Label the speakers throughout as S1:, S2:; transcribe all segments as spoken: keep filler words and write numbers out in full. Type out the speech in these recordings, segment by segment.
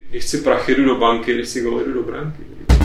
S1: Když chci prachy, jdu do banky, když chci goly, jdu do branky.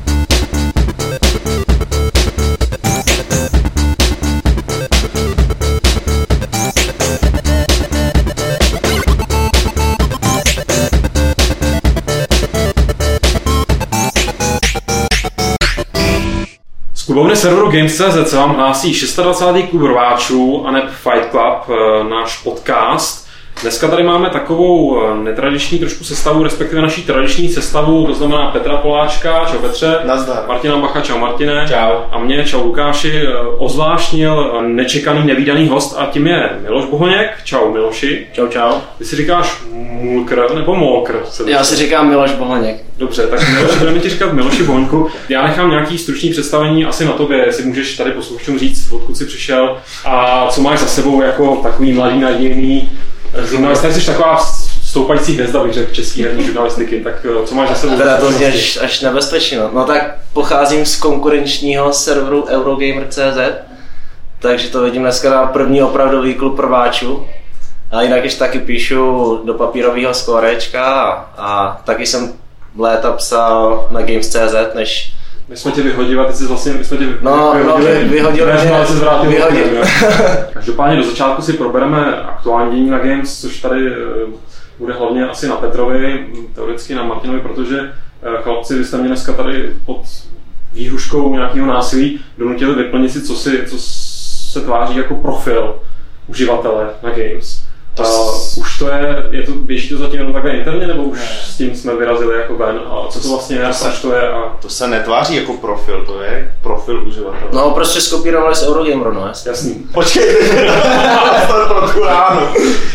S1: Z klubovny serveru Games tečka cé zet se vám hlásí dvacátý šestý klub rváčů a neb Fight Club, náš podcast. Dneska tady máme takovou netradiční trošku sestavu, respektive naší tradiční sestavu, to znamená Petra Poláčka, čau Petře,
S2: nazdar.
S1: Martina Bacha, čau Martine,
S2: čau.
S1: A mě, čau Lukáši, ozvláštnil nečekaný, nevídaný host a tím je Miloš Bohoněk, čau Miloši.
S3: Čau, čau.
S1: Ty si říkáš Mulkr nebo Molkr?
S3: Já si říkám Miloš Bohoněk.
S1: Dobře, tak Miloši, budeme ti říkat Miloši Bohoňku. Já nechám nějaký stručný představení asi na tobě, jestli můžeš tady posluchačům říct, odkud jsi přišel a co máš za sebou jako takový mladý nadějný žurnalista, jsi taková stoupající hvězda, bych řekl, český herní žurnalistiky, tak co máš za sebou?
S3: Teda to mě až, až nebezpečí, no. No tak pocházím z konkurenčního serveru Eurogamer tečka cé zet, takže to vidím dneska na první opravdový klub prváčů. A jinak ještě taky píšu do papírového skorečka a, a taky jsem léta psal na Games tečka cé zet, než
S1: my jsme tě vyhodili a ty jsi vlastně, my jsme tě
S3: no, vyhodili, no, vyhodili,
S1: než se zvrátil. Vyhodili. Každopádně do začátku si probereme aktuální dění na Games, což tady bude hlavně asi na Petrovi, teoreticky na Martinovi, protože chlapci, vy jste mě dneska tady pod výhruškou nějakého násilí donutili vyplnit si, co, si, co se tváří jako profil uživatele na Games. To s... uh, už to je, je to, běží to zatím jenom takhle interně, nebo už ne. S tím jsme vyrazili jako ven? A co to vlastně je, proč to je? A...
S2: To se netváří jako profil, to je profil uživatele.
S3: No prostě skopírovali z Eurogameru, no jasný.
S1: Jasný.
S2: Počkejte, to trochu ráno.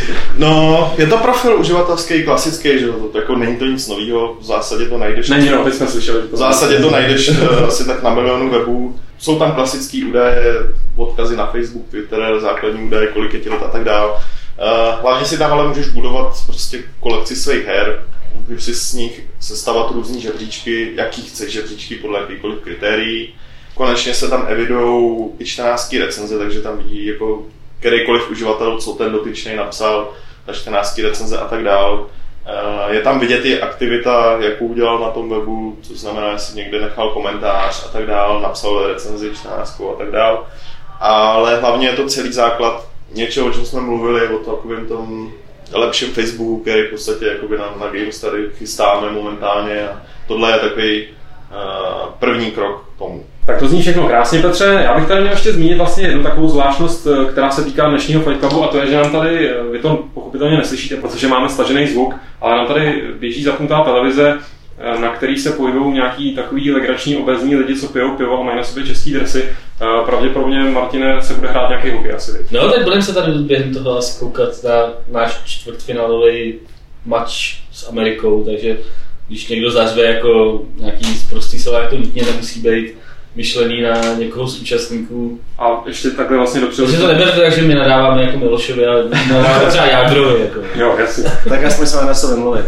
S2: No, je to profil uživatelský, klasický, že to jako není to nic nového, v zásadě to najdeš.
S1: Není, no, teď jsme slyšeli.
S2: V zásadě to najdeš asi tak na milionu webů. Jsou tam klasický údaje, odkazy na Facebook, Twitter, základní údaje, kolik je ti let a tak dále. Uh, hlavně si tam ale můžeš budovat prostě kolekci svých her, můžeš si z nich sestavovat různý žebříčky, jaký chceš žebříčky podle jakýchkoliv kritérií. Konečně se tam evidujou i čtrnáctky recenze, takže tam vidí jako kterýkoliv uživatel, co ten dotyčný napsal, ta čtrnáctky recenze a tak dál. Uh, je tam vidět i aktivita, jakou udělal na tom webu, to znamená, jestli někde nechal komentář a tak dál, napsal recenzi čtrnáctku a tak dál. Ale hlavně je to celý základ něčeho, o čem jsme mluvili, o takovém tom lepším Facebooku, který v podstatě jakoby na, na Games tady chystáme momentálně a tohle je takový uh, první krok k tomu.
S1: Tak to zní všechno krásně, Petře. Já bych tady měl ještě zmínit vlastně jednu takovou zvláštnost, která se týká dnešního Fight Clubu, a to je, že nám tady, vy to pochopitelně neslyšíte, protože máme stažený zvuk, ale nám tady běží zapnutá televize, na který se pohybují nějaký takový legrační obezní lidi, co pijou pivo a mají na sobě český dresy. Pravděpodobně, Martine, se bude hrát nějaký hokej asi.
S4: No, tak budeme se tady během toho asi koukat na náš čtvrtfinálový match s Amerikou, takže když někdo zařve jako nějaký prostý slova, to nutně nemusí být myšlený na někoho z účastníků.
S1: A ještě takhle vlastně dopředu.
S4: Takže to neberte tak, že my nadáváme jako Milošovi, ale nadáváme třeba Jágrovi. Jako.
S1: Jo, jasně.
S3: Tak aspoň jsme na sebe mluvit.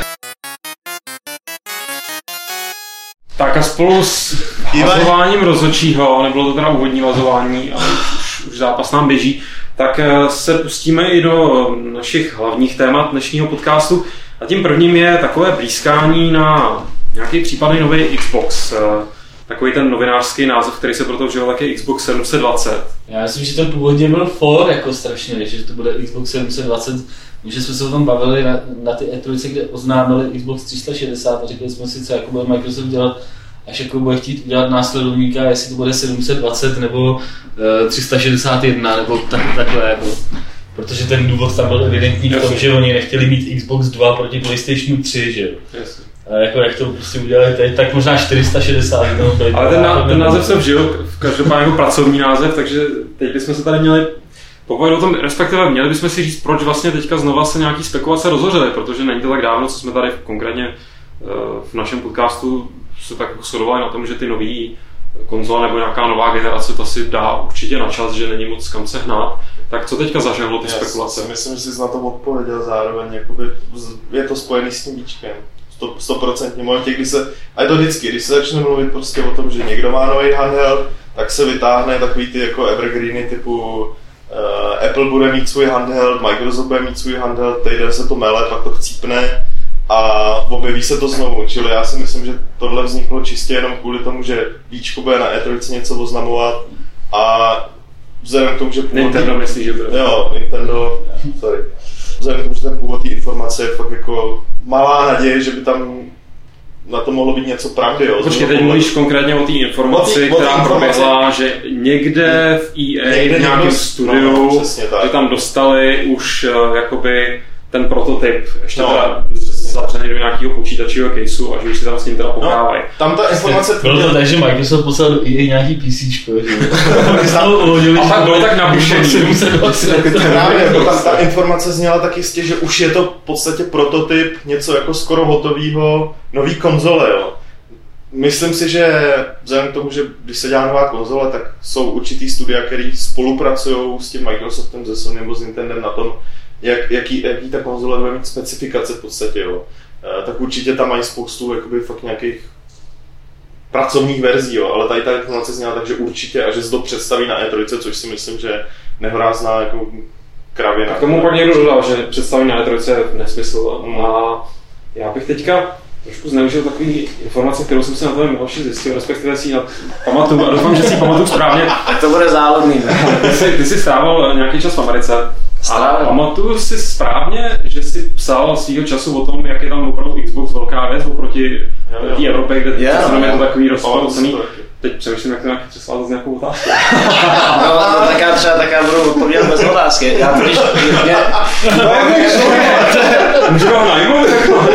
S1: Tak a spolu s hazováním rozhodčího, nebylo to teda úvodní vazování, ale už, už zápas nám běží, tak se pustíme i do našich hlavních témat dnešního podcastu. A tím prvním je takové blízkání na nějaký případný nový Xbox. Takový ten novinářský název, který se proto vžil, tak je Xbox sedm set dvacet.
S4: Já myslím, že ten původně byl for jako strašně, že to bude Xbox sedm set dvacet. Že jsme se o tom bavili na, na ty E tři, kde oznámili Xbox tři sta šedesát a řekli jsme si, co jako bude Microsoft dělat, až jako bude chtít udělat následovníka, jestli to bude sedm set dvacet nebo uh, tři sta šedesát jedna nebo tak, takhle jako. Protože ten důvod tam byl evidentní v tom, že oni nechtěli mít Xbox dva proti PlayStationu tři, že jo.
S1: Jasně.
S4: A jako jak to prostě udělali teď, tak možná čtyři sta šedesát. No,
S1: ale ten, ná, ten název se vžil, v každopádně jako pracovní název, takže teď bychom se tady měli popovědět o tom, respektive měli bychom si říct, proč vlastně teďka znova se nějaký spekulace rozhořely, protože není to tak dávno, co jsme tady konkrétně v našem podcastu se tak shodovali na tom, že ty nový konzole nebo nějaká nová generace to si dá určitě na čas, že není moc kam se hnát. Tak co teďka zažehlo ty
S2: Já
S1: spekulace?
S2: Já myslím, že jsi na to odpověděl zároveň, jakoby je to spojený s tím víčkem. sto procent v momentě, kdy se, a je to vždycky, když se začne mluvit prostě o tom, že někdo má nový handheld, tak se vytáhne takový ty jako evergreeny typu uh, Apple bude mít svůj handheld, Microsoft bude mít svůj handheld, týden se to mele, pak to chcípne a a objeví se to znovu, čili já si myslím, že tohle vzniklo čistě jenom kvůli tomu, že Víčko bude na E tři něco oznamovat a vzhledem k tomu, že původ...
S1: Nintendo myslí, že bude.
S2: Jo, Nintendo, sorry. Vzhledem k tomu, že ten původ té informace je fakt jako malá naděje, že by tam na to mohlo být něco pravdy. Jo.
S1: Počkej, teď mluvíš konkrétně o té informaci, o která proběhla, že někde v E A, někde v nějakém studiu,
S2: no,
S1: že tam dostali už uh, jakoby ten prototyp, ještě no. teda zavřený do nějakého počítačového caseu a že už si tam s ním teda pohrávají.
S2: No, tam ta informace...
S4: Bylo to tak, že Microsoft poslal do E A nějaký PCčko, že?
S1: A pak bylo tak nabušený.
S2: Právě, ta, ta informace zněla tak jistě, že už je to v podstatě prototyp, něco jako skoro hotovýho, nový konzole, jo. Myslím si, že vzhledem k tomu, že když se dělá nová konzole, tak jsou určitý studia, které spolupracují s tím Microsoftem, ze Sony nebo s Nintendem na tom, Jak, jaký, jaký ta konzole bude mít specifikace v podstatě, jo. E, tak určitě tam mají spoustu jakoby fakt nějakých pracovních verzí, jo, ale tady ta informace zněla tak, že určitě a že se to představí na E tři, což si myslím, že je nehorázná jako kravina.
S1: K tomu pak někdo dodal, že představí na E tři je nesmysl mm. a já bych teďka trošku zneužil takový informace, kterou jsem si na tebe Miloši zjistil, respektive si ji pamatuju a doufám, že si ji pamatuju správně.
S3: Tak to bude závodný.
S1: Ty jsi, ty jsi strávil nějaký čas v Americe. A pamatuju si správně, že jsi psal svýho času o tom, jak je tam opravdu Xbox velká věc oproti té Evropě, kde yeah, přece je to takový rozpadacený. Teď přemýšlím, jak to nějaký přeslal zase nějakou otázku.
S3: No, no taká třeba taká budu odpovědět bez otázky. Já totiž... Mě...
S1: Můžeme ho najmout?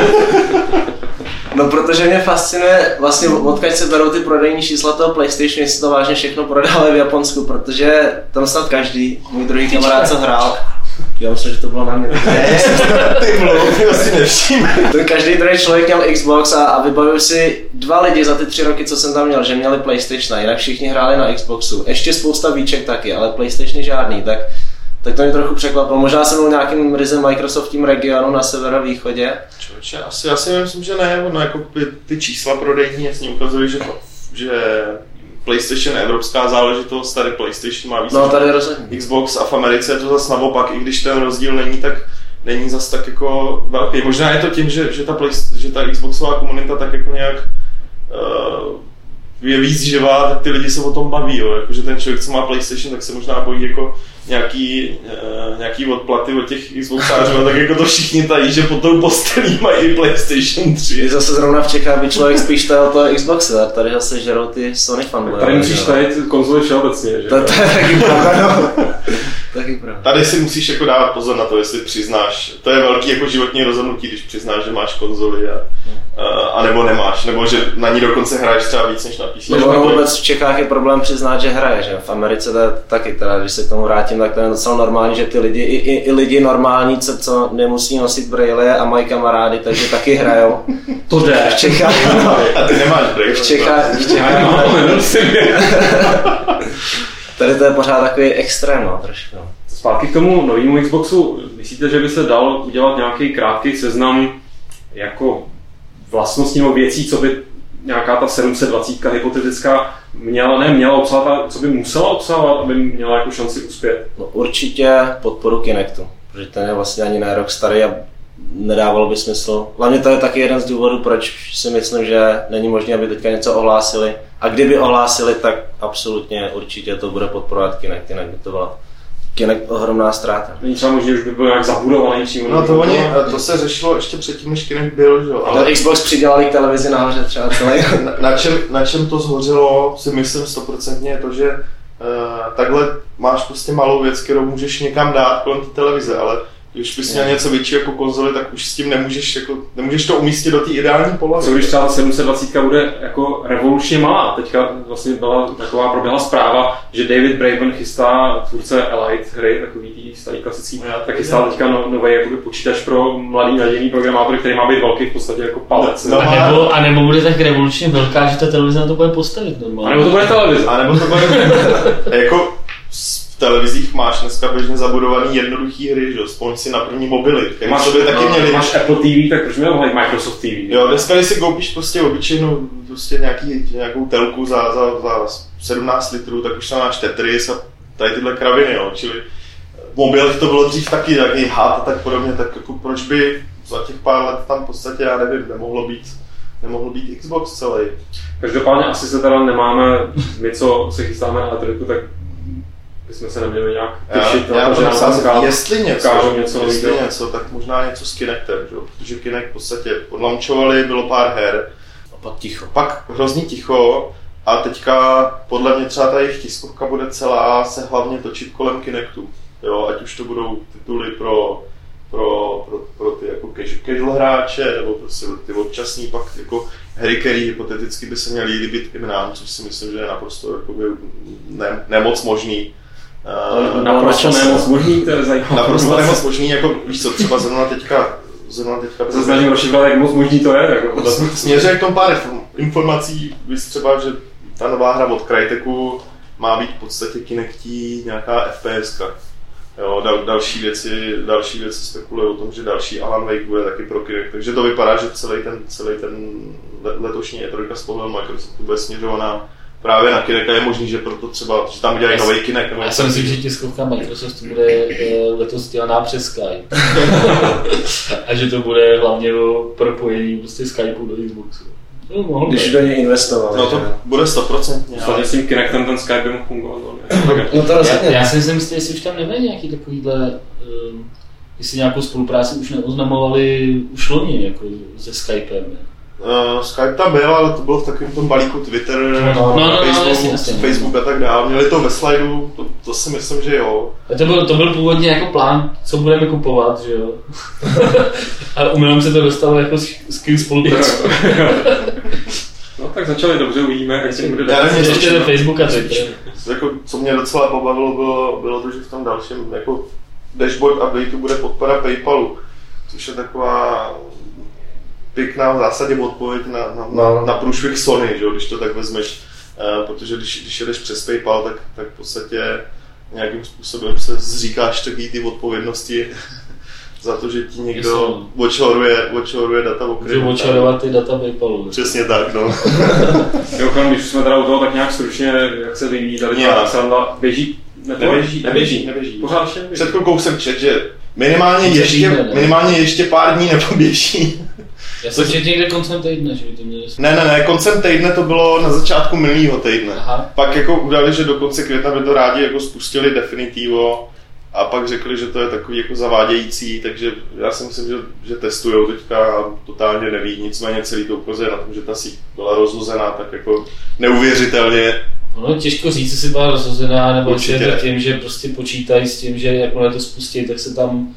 S3: No, protože mě fascinuje vlastně odkud se berou ty prodejní čísla toho PlayStationu, jestli to vážně všechno prodali v Japonsku, protože tam snad každý, můj druhý kamarád, co hrál, já myslím, že to bylo na mě.
S2: Ty mluv, to si nevším.
S3: Ten každý druhý člověk měl Xbox a, a vybavuju si dva lidi za ty tři roky, co jsem tam měl, že měli PlayStation, jinak všichni hráli na Xboxu. Ještě spousta víček taky, ale PlayStation žádný, tak, tak to mě trochu překvapilo. Možná jsem byl nějakým ryzem Microsoftím regionu na severovýchodě.
S2: Člověče, asi, asi myslím, že ne, no, jako ty čísla prodejní jasně ukazují, že, že PlayStation je evropská záležitost, tady PlayStation má víc
S3: no, tady rozhodně.
S2: Xbox a v Americe je to zase naopak, i když ten rozdíl není tak není zase tak jako velký. Možná je to tím, že, že, ta, Play, že ta Xboxová komunita tak jako nějak uh, je víc živá, tak ty lidi se o tom baví, jo. Jako, že ten člověk, co má PlayStation, tak se možná bojí jako nějaký, uh, nějaký odplaty od těch Xboxářů, a tak jako to všichni tají, že potom postelí mají i PlayStation tři.
S3: Je zase zrovna v Čechách by člověk spíš tajil toho Xboxe, a tady zase žerou ty Sony fanboy.
S1: Tady musíš tajit konzoli všeobecně, že?
S3: To, to je taky pravda, no. Taky pravda.
S2: Tady si musíš jako dávat pozor na to, jestli přiznáš. To je velký jako životní rozhodnutí, když přiznáš, že máš konzoli a, a, a nebo nemáš, nebo že na ní dokonce hraješ třeba víc než na P C.
S3: Nebo vůbec v Čechách je problém přiznat, že hraje, že v Americe to je taky, teda, když se k tomu vrátím, tak to je docela normální, že ty lidi, i, i, i lidi normální, co, co nemusí nosit brejle a mají kamarády, takže taky hrajou.
S1: To jde.
S3: V Čechách, no.
S2: A ty nemáš brejle.
S3: V Čechách, v Čechách. Tady to je pořád takový extrém, no, trošku.
S1: Zpátky k tomu novému Xboxu, myslíte, že by se dal udělat nějaký krátký seznam jako vlastností nebo věcí, co by nějaká ta sedm set dvacet hypotetická měla, ne měla obsahovat, co by musela obsahovat, aby měla jako šanci uspět?
S3: No, určitě podporu Kinectu, protože ten je vlastně ani ne rok starý a nedávalo by smysl. Hlavně to je taky jeden z důvodů, proč si myslím, že není možné, aby teďka něco ohlásili. A kdyby ohlásili, tak absolutně určitě to bude podporovat Kinect, jinak by to byla Kinect ohromná ztráta.
S1: Není třeba možná, už by byl nějak zabudovaný přímo.
S2: No to, oni, to se řešilo ještě předtím, než Kinect byl, že jo.
S3: Ale to Xbox přidělali k televizi nahoře třeba celý.
S2: na, na, čem, na čem to zhořelo, si myslím stoprocentně je to, že uh, takhle máš prostě malou věc, kterou můžeš někam dát kolem té televize, ale když bys měl něco větší jako konzoli, tak už s tím nemůžeš, jako, nemůžeš to umístit do té ideální polohy.
S1: Co když třeba sedm set dvacet bude jako revolučně malá? Teďka vlastně byla taková proběhla zpráva, že David Braben chystá, tvůrce Elite hry, takový tý starý klasický, já, tak chystá teďka no, nový jakoby, počítač pro mladý nadějný programátory, který má být velký v podstatě jako palec.
S4: No, a, nebo, a nebo bude tak revolučně velká, že ta televize na to bude postavit normálně.
S1: A nebo to bude televize.
S2: A nebo to bude jako v televizích máš dneska běžně zabudovaný jednoduchý hry, že? Vzpomeň si na první mobily, které
S1: máš,
S2: sobě taky
S1: no,
S2: měli.
S1: Máš Apple T V, tak proč měl Microsoft T V?
S2: Jo, dneska když si koupíš prostě obyčejnou prostě nějaký, nějakou telku za, za, za sedmnáct litrů, tak už tam máš Tetris a tady tyhle kraviny, jo. Čili v mobilech to bylo dřív taky nějaký had a tak podobně, tak jako proč by za těch pár let tam v podstatě, já nevím, nemohlo být, nemohlo být Xbox celý.
S1: Každopádně asi se teda nemáme, my co se chystáme na E tři, tak bychom se neměli nějak těšit
S2: já,
S1: na to, že nám
S2: ukážu, jestli něco,
S1: něco,
S2: jestli něco, tak možná něco s Kinectem, že? Protože Kinect v podstatě odlaunčovali, bylo pár her.
S3: A pak ticho.
S2: Pak hrozně ticho a teďka podle mě třeba ta jejich tiskovka bude celá se hlavně točit kolem Kinectu. Jo, ať už to budou tituly pro, pro, pro, pro ty jako casual hráče, nebo prostě ty občasní, pak jako hry, který hypoteticky by se měly líbit i nám, což si myslím, že je naprosto jakoby, ne, nemoc možný.
S1: Uh, naprosto nemoc možný, to je zajímavé.
S2: Naprosto nemoc možný, jako víš co, třeba zrovna teďka zrovna teďka...
S1: To se snažím rozšifrovat, jak moc možný to je. Jako,
S2: směřuje k tomu pár informací, víš třeba, že ta nová hra od Cryteku má být v podstatě Kinectí nějaká F P S ka. Jo, dal, další věci, další věci spekulují o tom, že další Alan Wake bude taky pro Kinect, takže to vypadá, že celý ten, celý ten letošní E tři z pohledu Microsoftu bude směřovaná právě na Kinect a je možný, že proto třeba, že tam udělají nový Kinect.
S4: Já si myslím, že tiskovka Microsoftu bude letos dělaná přes Skype. A že to bude hlavně o propojení prostě Skypeu do Xboxu.
S3: No, když do něj investovali.
S2: No to že? Bude sto procent.
S1: Vlastně s tím Kinectem ten Skype by mohl fungovat.
S3: No to
S4: já, já si myslím, jestli už tam nebude nějaký takovýhle, um, jestli nějakou spolupráci už neoznamovali už loni jako se Skypem.
S2: Uh, Skype tam byl, ale to bylo v takovém tom balíku Twitter,
S4: no, no, no,
S2: Facebook,
S4: no, jasně, jasně,
S2: Facebook a tak dále. Měli to ve slajdu, to, to si myslím, že jo.
S4: A to byl, to byl původně jako plán, co budeme kupovat, že jo. Ale umělem se to dostalo jako skill spolupráce.
S1: No tak začali dobře, uvidíme, jak se bude
S2: dát.
S4: Ještě ten Facebook a Twitter.
S2: Jako, co mě docela pobavilo, bylo, bylo to, že v tom dalším jako dashboard updateu bude podpora PayPalu, což je taková pěkná v zásadě odpověď na, na, no. na průšvih Sony, že, když to tak vezmeš, uh, protože když, když jedeš přes PayPal, tak, tak v podstatě nějakým způsobem se zříkáš takový ty odpovědnosti za to, že ti někdo watchhoruje data o
S4: kreditu. Může watchhorovat ty data PayPalu.
S2: Přesně tak, no.
S1: Jo, když jsme teda u toho, tak nějak stručně, jak se vyvíjí tady ta sranda, běží?
S2: Neběží, neběží, neběží.
S1: Pořád ještě neběží.
S2: Před chvilkou jsem čet, že minimálně ještě, minimálně ještě pár dní nepoběží.
S4: Já jsem četl někde koncem týdne, že by to měli...
S2: Ne, ne, ne, koncem týdne to bylo na začátku minulého týdne. Aha. Pak jako udali, že do konce května by to rádi jako spustili definitivo a pak řekli, že to je takový jako zavádějící, takže já si myslím, že, že testujou teďka a totálně neví, nicméně celý to ukazuje na tom, že ta síť byla rozhozená tak jako neuvěřitelně.
S4: No, těžko říct, jestli byla rozhozená, nebo jestli je to tím, že prostě počítají s tím, že jakmile to spustí, tak se tam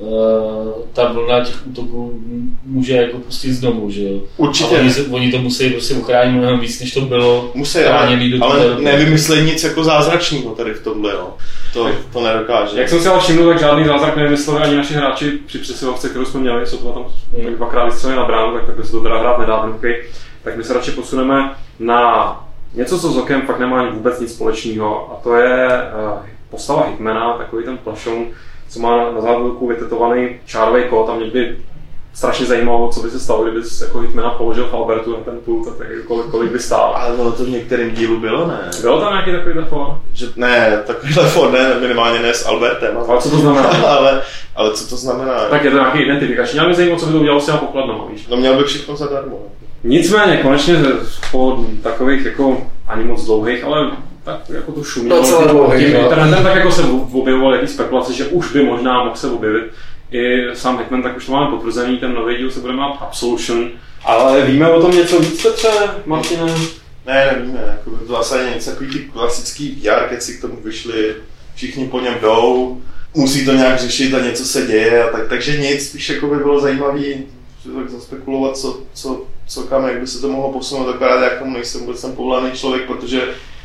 S4: Uh, ta vlna těch útoků může jako pustit znovu, že jo?
S2: Určitě.
S4: A oni, oni to musí prostě uchránit mnohem víc, než to bylo.
S2: Musí, ale, ale nevymyslej nic jako zázračného tady v tomhle, jo. To, to nedokáže.
S1: Jak jsem si ale všiml, tak žádný zázrak nevymysleli ani naši hráči při přesilovce, kterou jsme měli, co to tam hmm. dvakrát vystřelili na bránu, tak takhle se to teda hrát nedá ten hokej. Tak my se radši posuneme na něco, co s hokejem fakt nemá vůbec nic společného, a to je uh, postava Hitmana, takový ten plašoun, co má na závodku vytetovaný čárový kód, a mě by strašně zajímalo, co by se stalo, kdyby jako Hitmana položil v Albertu na ten pult, tak kolik, kolik by stál.
S2: Ale ono to v některém dílu bylo, ne?
S1: Bylo tam nějaký takovýhle for?
S2: Že, ne, takovýhle for ne, minimálně ne s Albertem.
S1: Ale co to znamená?
S2: ale, ale co to znamená?
S1: Tak je to nějaký identifikační, ale mě zajímalo, co by to udělalo s těma pokladnama, víš?
S2: No měl by všechno zadarmo.
S1: Nicméně, konečně po takových jako ani moc dlouhých, ale tak jako to šumělo tím internetem, tak jako se objevovaly jaký spekulace, že už by možná mohl se objevit i sám Hitman, tak už to máme potvrzený, ten nový díl se bude jmenovat Absolution. Ale víme o tom něco víc, Petře, Martine?
S2: Ne, nevíme, jako to vlastně něco takový ty klasický V R keci k tomu vyšly, všichni po něm jdou, musí to nějak řešit a něco se děje, a tak, takže nic, spíš jako by bylo zajímavý tak zaspekulovat, co, co, co kam, jak by se to mohlo posunout, akorát já k tomu nejsem vůbec jsem povolaný člověk, protože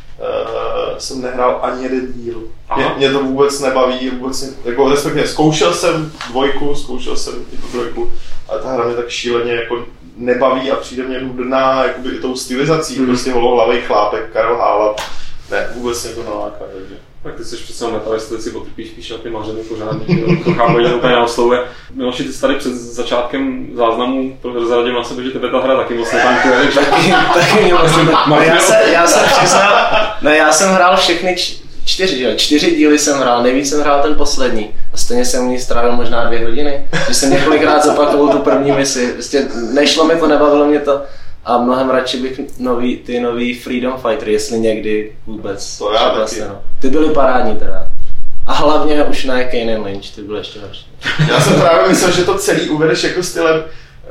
S2: Uh, jsem nehrál ani jeden díl. Mě, mě to vůbec nebaví, vůbec, jako respektive zkoušel jsem dvojku, zkoušel jsem i tu trojku, ale ta hra mě tak šíleně jako nebaví a přijde mě nudná jakoby i tou stylizací, mm. prostě holohlavej chlápek, Karel Hála, ne, vůbec mě to naláká. Takže.
S1: Tak ty jsi přece metalist, ty si potrpíš spíš na ty mařeny pořádný, to chápu, že to úplně neoslovuje. Miloši, ty jsi tady před začátkem záznamu prozradil na sebe, že tebe ta hra taky moc netankuje.
S3: Taky, taky mě moc netankuje. Já, se, já jsem přiznal, ne, já jsem hrál všechny č- čtyři, jo, čtyři díly jsem hrál, nejvíc jsem hrál ten poslední. A stejně jsem u ní strávil možná dvě hodiny, že jsem několikrát zopakoval tu první misi. Prostě nešlo mi to, nebavilo mě to. A mnohem radši bych nový, ty nový Freedom Fighter, jestli někdy vůbec.
S2: To já taky.
S3: No. Ty byly parádní teda. A hlavně už ne Kane and Lynch, ty byly ještě horší.
S2: Já jsem právě myslel, že to celý uvedeš jako stylem,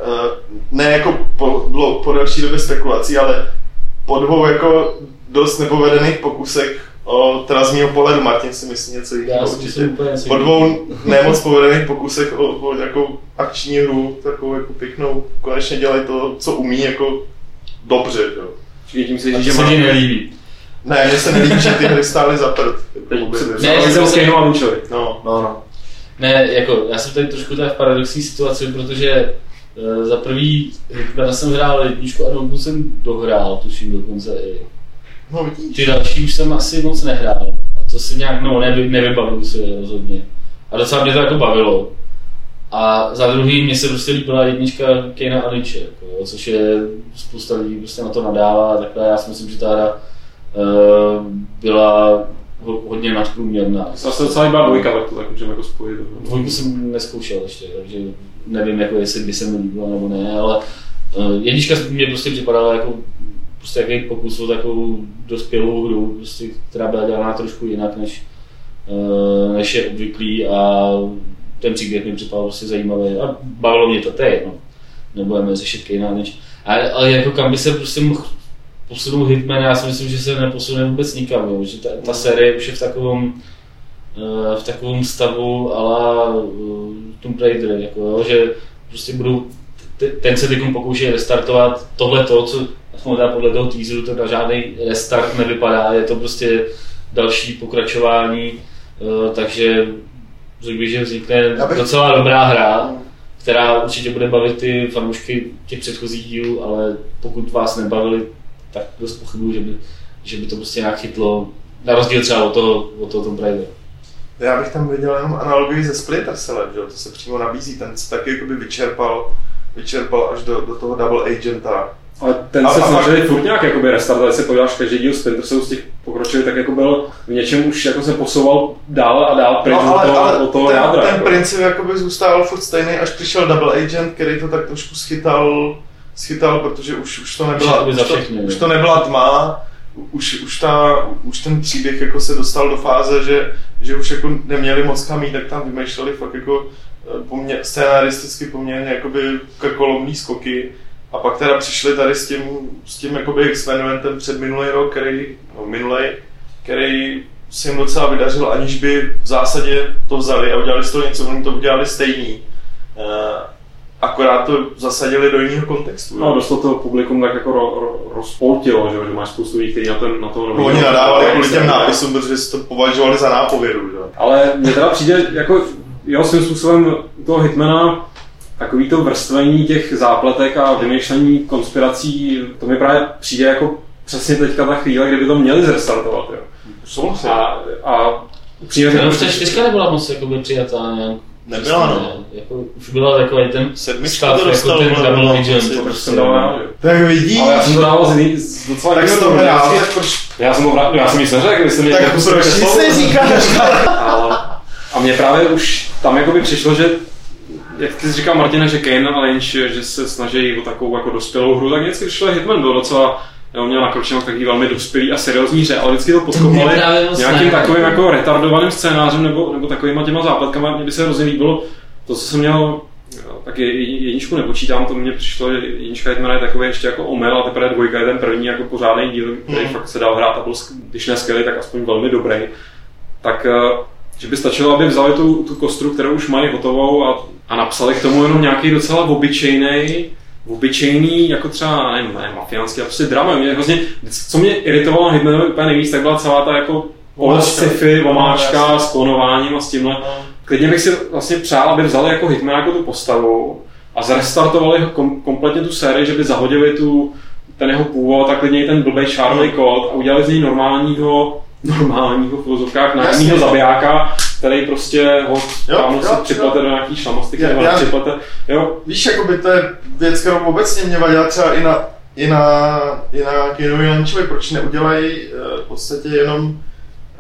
S2: ne jako po, po delší době spekulací, ale po dvou jako dost nepovedených pokusech o teda z mýho pohledu, Martin si myslí něco jiného určitě. Po dvou nemoc povedených pokusech o, o nějakou akční hru, takovou jako pěknou, konečně dělají to, co umí, jako dobře, jo.
S1: Čiže tím si
S4: říct,
S1: že
S4: se ti nelíbí.
S2: Ne, mně se nelíbí, že ty hry stály za prd.
S1: Ne, že jsem s Kaneem a Lynchovi.
S2: No, no, no.
S4: Ne, jako, já jsem tady trošku v paradoxní situaci, protože uh, za prvý Hitmana jsem hrál jedničku a dvouku jsem dohrál, tuším dokonce i.
S2: No vidíš.
S4: Ty další už jsem asi moc nehrál. A to se nějak, no nevy, nevybavuju si rozhodně. A docela mě to jako bavilo. A za druhý mě se prostě líbila jednička Kanea a Lynche, jako, což je spousta lidí prostě na to nadává, takhle já si myslím, že ta hra uh, byla hodně nadprůměrná.
S1: Zase se docela líbá dvojka, tak to tak můžeme jako spojit.
S4: Dvojku jsem neskoušel ještě, takže nevím, jako jestli by se mi líbila nebo ne, ale uh, jednička mě prostě připadala jako prostě jaký pokus o takovou dospělou hru, prostě, která byla dělaná trošku jinak, než, uh, než je obvyklý a ten příběh mi připadal prostě zajímavý a bavilo mě to, to je jedno, nebudeme řešit Kanea než. Ale, ale jako kam by se prostě mohl posunout Hitman, já si myslím, že se neposune vůbec nikam, jo, že ta, ta série už je v takovém uh, v takovém stavu a la uh, Tomb Raider, jako, jo, že prostě budou, t- ten se teď pokouší restartovat tohle to, co aspoň podle toho teaseru, to na žádný restart nevypadá, je to prostě další pokračování, uh, takže řekl bych, že vznikne bych... docela dobrá hra, která určitě bude bavit ty fanoušky těch předchozích dílů, ale pokud vás nebavili, tak dost pochybuju, že by, že by to prostě nějak chytlo, na rozdíl třeba od toho, od toho Tomb Raider.
S2: Já bych tam viděl jenom analogii ze Splinter Cell, že? To se přímo nabízí, ten se taky jakoby vyčerpal, vyčerpal až do, do toho Double Agenta.
S1: Ale ten a, se snažili furt nějak jakoby restartovat, když se podíváš každý díl Splinter Cellu z těch pokročilých, tak jako byl v něčem už jako se posouval dál a dál pryč no, od toho, od toho
S2: ten,
S1: jádra.
S2: Ten
S1: jako.
S2: princip jakoby zůstával furt stejný, až přišel Double Agent, který to tak trošku schytal, schytal protože už, už, to, nebyla, už, to, už to nebyla tma, už, už, ta, už ten příběh jako se dostal do fáze, že, že už jako neměli moc kam jít, tak tam vymýšleli fakt jako poměr, scénaristicky poměrně jakoby krkolomný skoky. A pak teda přišli tady s tím, s tím jakoby experimentem před minulý rok, který, no minulej, který se jim docela vydařil, aniž by v zásadě to vzali a udělali z toho něco, oni to udělali stejný. Uh, akorát to zasadili do jiného kontextu.
S1: No, dost to publikum tak jako ro, ro, rozpoutilo, že, že máš spoustu lidí, kteří na, ten, na to...
S2: No, oni nadávali kvůli těm nápisům, protože si to považovali za nápovědu. Že?
S1: Ale mně teda přijde, jako jo, svým způsobem toho Hitmana, takový to vrstvení těch zápletek a vymýšlení konspirací, to mi právě přijde jako přesně teďka ta chvíle, kdyby to měli zrestartovat, jo.
S2: Souhlasím.
S1: A, a upřímně
S4: řeknu, že čtyřka nebyla moc jakoby přijatá nějak.
S2: Nebyla, no.
S4: Jako, už byla takový ten
S2: stav,
S4: jako ten Double Agent.
S1: To prostě dal já,
S2: tak vidíš.
S1: Ale já jsem to dával z jiný, z docela
S2: tak
S1: jiný
S2: to hrál,
S1: já jsem to hrál, já jsem nic neřekl, vy jste mě...
S2: Tak proč nic neříkáš?
S1: A mně právě už tam jakoby přišlo, že jak ty jsi říkal, Martine, že Kane a Lynch, že se snaží o takovou jako dospělou hru, tak vždycky přišel Hitman, byl docela, jo, měl nakročeno takový velmi dospělý a seriózní hře, ale vždycky to podkopali nějakým takovým jako retardovaným scénářem nebo, nebo takovýma těma zápletkama. Mně by se hrozně líbilo to, co jsem měl, tak jedničku nepočítám, to mně přišlo, že jednička Hitmana je takový ještě jako omyl a teprve dvojka je ten první jako pořádný díl, který mm. fakt se dal hrát a byl, když ne skvělý, tak aspoň velmi dobrý. Tak že by stačilo, aby vzali tu, tu kostru, kterou už mají hotovou a, a napsali k tomu jenom nějaký docela obyčejný, obyčejný, jako třeba, nevím, ne, mafiánský, a prostě drama. Mě hrozně, co mě iritovalo na Hitmanovi úplně nejvíc, tak byla celá ta jako old sci-fi, omáčka s klonováním a s tímhle. Klidně bych si vlastně přál, aby vzali jako Hitman jako tu postavu a zrestartovali kom, kompletně tu sérii, že by zahodili tu, ten jeho původ a klidně i ten blbej Charlie Colt a udělali z něj normálního normálního v filozofkách nájemního zabijáka, který prostě ho tam si připlete do nějaký šlamostiky nebo nepřiplete. Jo.
S2: Víš, jakoby to je věc, kterou obecně mě vadila třeba i na, i na, i na Kaneovi Lynchovi, proč neudělají uh, v podstatě jenom uh,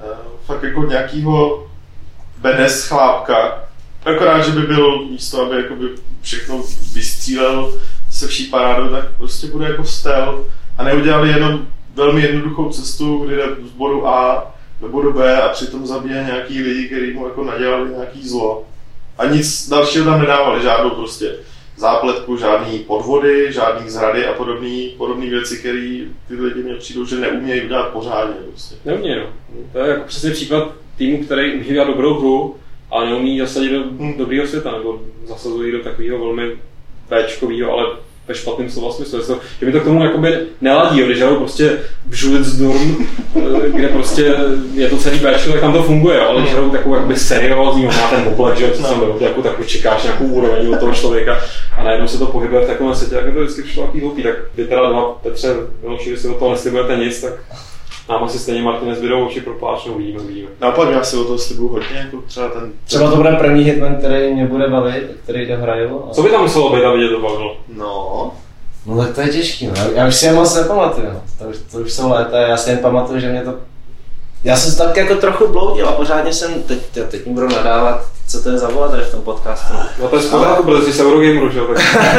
S2: fakt jako nějakýho benes chlápka. Akorát, že by byl místo, aby jakoby všechno vystřílel se vší parádou, tak prostě bude jako stealth a neudělali jenom velmi jednoduchou cestu, kdy jde z bodu A do bodu B a přitom zabije nějaký lidi, kteří mu jako nadělali nějaký zlo. A nic dalšího tam nedávali, žádnou prostě zápletku, žádný podvody, žádný zrady a podobné podobné věci, které ty lidi mě přijdou, že neumějí udělat pořádně. Prostě.
S1: Neumějí, no. To je jako přesně příklad týmu, který umí dělat dobrou hru, ale neumí zasadit do hmm. dobrýho světa, nebo zasazují do takového velmi péčkového, ale ve špatným slova smyslu. Že mi to k tomu jakoby neladí, když jdou prostě v Žulicdorm, kde prostě je to celý péčko, tak tam to funguje, ale když jdou takovou jakoby seriózní, má ten oblek, že co jsem byl, jako tak čekáš nějakou úroveň od toho člověka a najednou se to pohybuje v takovém světě, jak je to vždycky přišlo takový hloupý, tak vy teda dva, Petře, Miloši, si o toho neslibujete nic, tak nám asi stejně Martinez vydou oči propláčnou, uvidíme, uvidíme.
S2: Naopak, já si o toho slibuju hodně, jako třeba ten...
S3: Třeba to bude první Hitman, který mě bude bavit, který dohraju. A...
S1: Co by tam muselo být, aby tě to bavilo?
S2: No...
S3: No tak to je těžký, no. Já už si je moc nepamatuju, no. To už, to už jsou léta, já si jen pamatuju, že mě to... Já jsem tak jako trochu bloudil a pořádně jsem, teď, teď mi budu nadávat, co to je za vole tady v tom podcastu.
S1: No to je spořádku, protože jsi Eurogameru, že jo?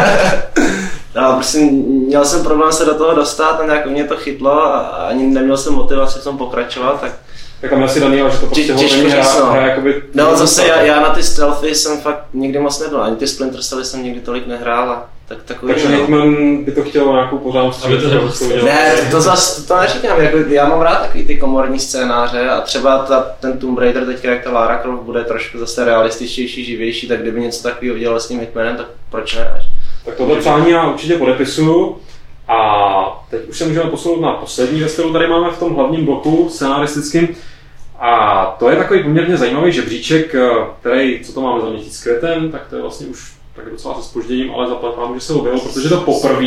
S3: No, prostě měl jsem problém se do toho dostat a nějak mě to chytlo a ani neměl jsem motivaci v tom pokračovat, tak...
S1: Tak tam asi daný, že to prostě ho není hra, hra jakoby...
S3: No zase já, já na ty stealthy jsem fakt nikdy moc nebyl, ani ty Splinter Celly jsem nikdy tolik nehrál a tak takový...
S1: Takže Hitman by to chtělo nějakou pořádnou
S3: střílečku. Ne, to zase to neříkám, jako já mám rád takový ty komorní scénáře a třeba ta, ten Tomb Raider teďka, jak ta Lara Croft bude trošku zase realističtější, živější, tak kdyby něco takového udělal s tím Hitmanem, tak proč ne?
S1: Tak tohle přání já určitě podepisuju. A teď už se můžeme posunout na poslední věc, kterou tady máme v tom hlavním bloku scenaristickým. A to je takový poměrně zajímavý žebříček, který, co to máme za měsíc květen, tak to je vlastně už tak docela se zpožděním, ale zaplať vám, že se objevil, protože to poprvé,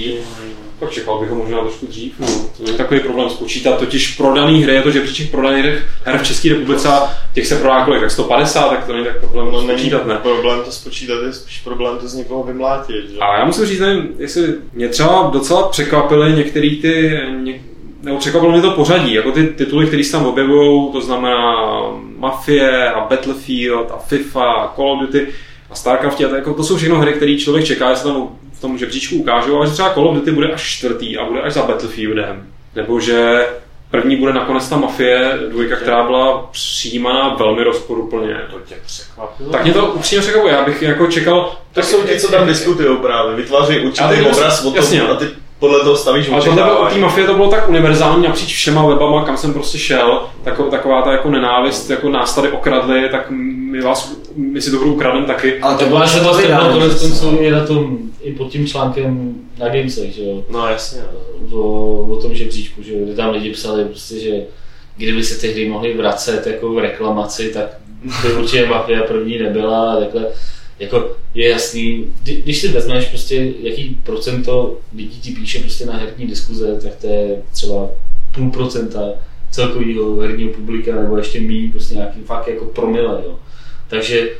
S1: tak čekal bych ho možná trošku dřív, no. To je takový problém spočítat, totiž prodaný hry, je to žebříček prodaných her v České republice, těch se prodá kolik, tak sto padesát, tak to není tak problém
S2: no,
S1: spočítat, ne?
S2: Problém to spočítat, je spíš problém to z někoho vymlátit, že?
S1: A já musím říct, nevím, jestli mě třeba docela překvapily některé ty, ně, nebo překvapilo mě to pořadí, jako ty tituly, které se tam objevují, to znamená Mafie a Battlefield a FIFA a Call of Duty a Starcraft, a to, jako, to jsou všechno hry, které člověk čeká, že se tam v tom žebříčku ukážou, ale že třeba Call of Duty bude až čtvrtý a bude až za Battlefieldem. Nebo že první bude nakonec ta Mafie, dvojka, která byla přijímaná velmi rozporuplně.
S2: To tě překvapilo?
S1: Tak mě to upřímně překvapuje, já bych jako čekal...
S2: To jsou ti, co tam diskutujou právě, vytváří určitý obraz o tom a ty podle toho stavíš očekávání.
S1: Ale tohle u té Mafie to bylo tak univerzální napříč všema webama, kam jsem prostě šel, tako, taková ta jako nenávist, jako nás tady okradli, tak my vás, my si to hru ukradneme taky.
S4: Ale to bylo, že to bylo konec konců i na tom, i pod tím článkem na Gamesech, že jo?
S2: No jasně.
S4: O, o tom žebříčku, že jo, kde tam lidi psali prostě, že kdyby se ty hry mohly vracet jako v reklamaci, tak by určitě Mafia první nebyla a takhle. Jako je jasný, když si vezmeš prostě jaký procento lidí ti píše prostě na herní diskuze, tak to je třeba půl procenta celkového herního publika nebo ještě míň, prostě nějaký fakt jako promile, jo. Takže e,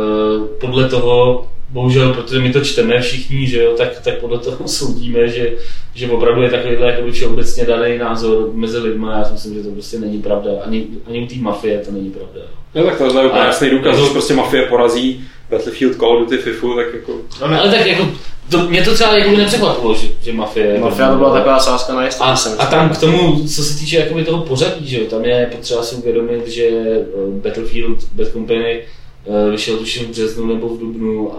S4: podle toho, bohužel, protože my to čteme všichni, že jo, tak, tak podle toho soudíme, že, že opravdu je takovýhle jakoby všeobecně daný názor mezi lidma. Já si myslím, že to prostě není pravda, ani, ani u té Mafie to není pravda. Jo.
S1: No tak to je úplně jasný důkaz, že prostě Mafie porazí Battlefield, Call of Duty, FIFA, tak jako...
S4: No ne. Ale tak jako, to, mě to třeba jako nepřekvapilo, že, že Mafie...
S3: Mafia to byla taková sázka na jistotu.
S4: A, a tam k tomu, co se týče jakoby toho pořadí, že jo, tam je potřeba si uvědomit, že Battlefield, Bad Company vyšel tuším v březnu nebo v dubnu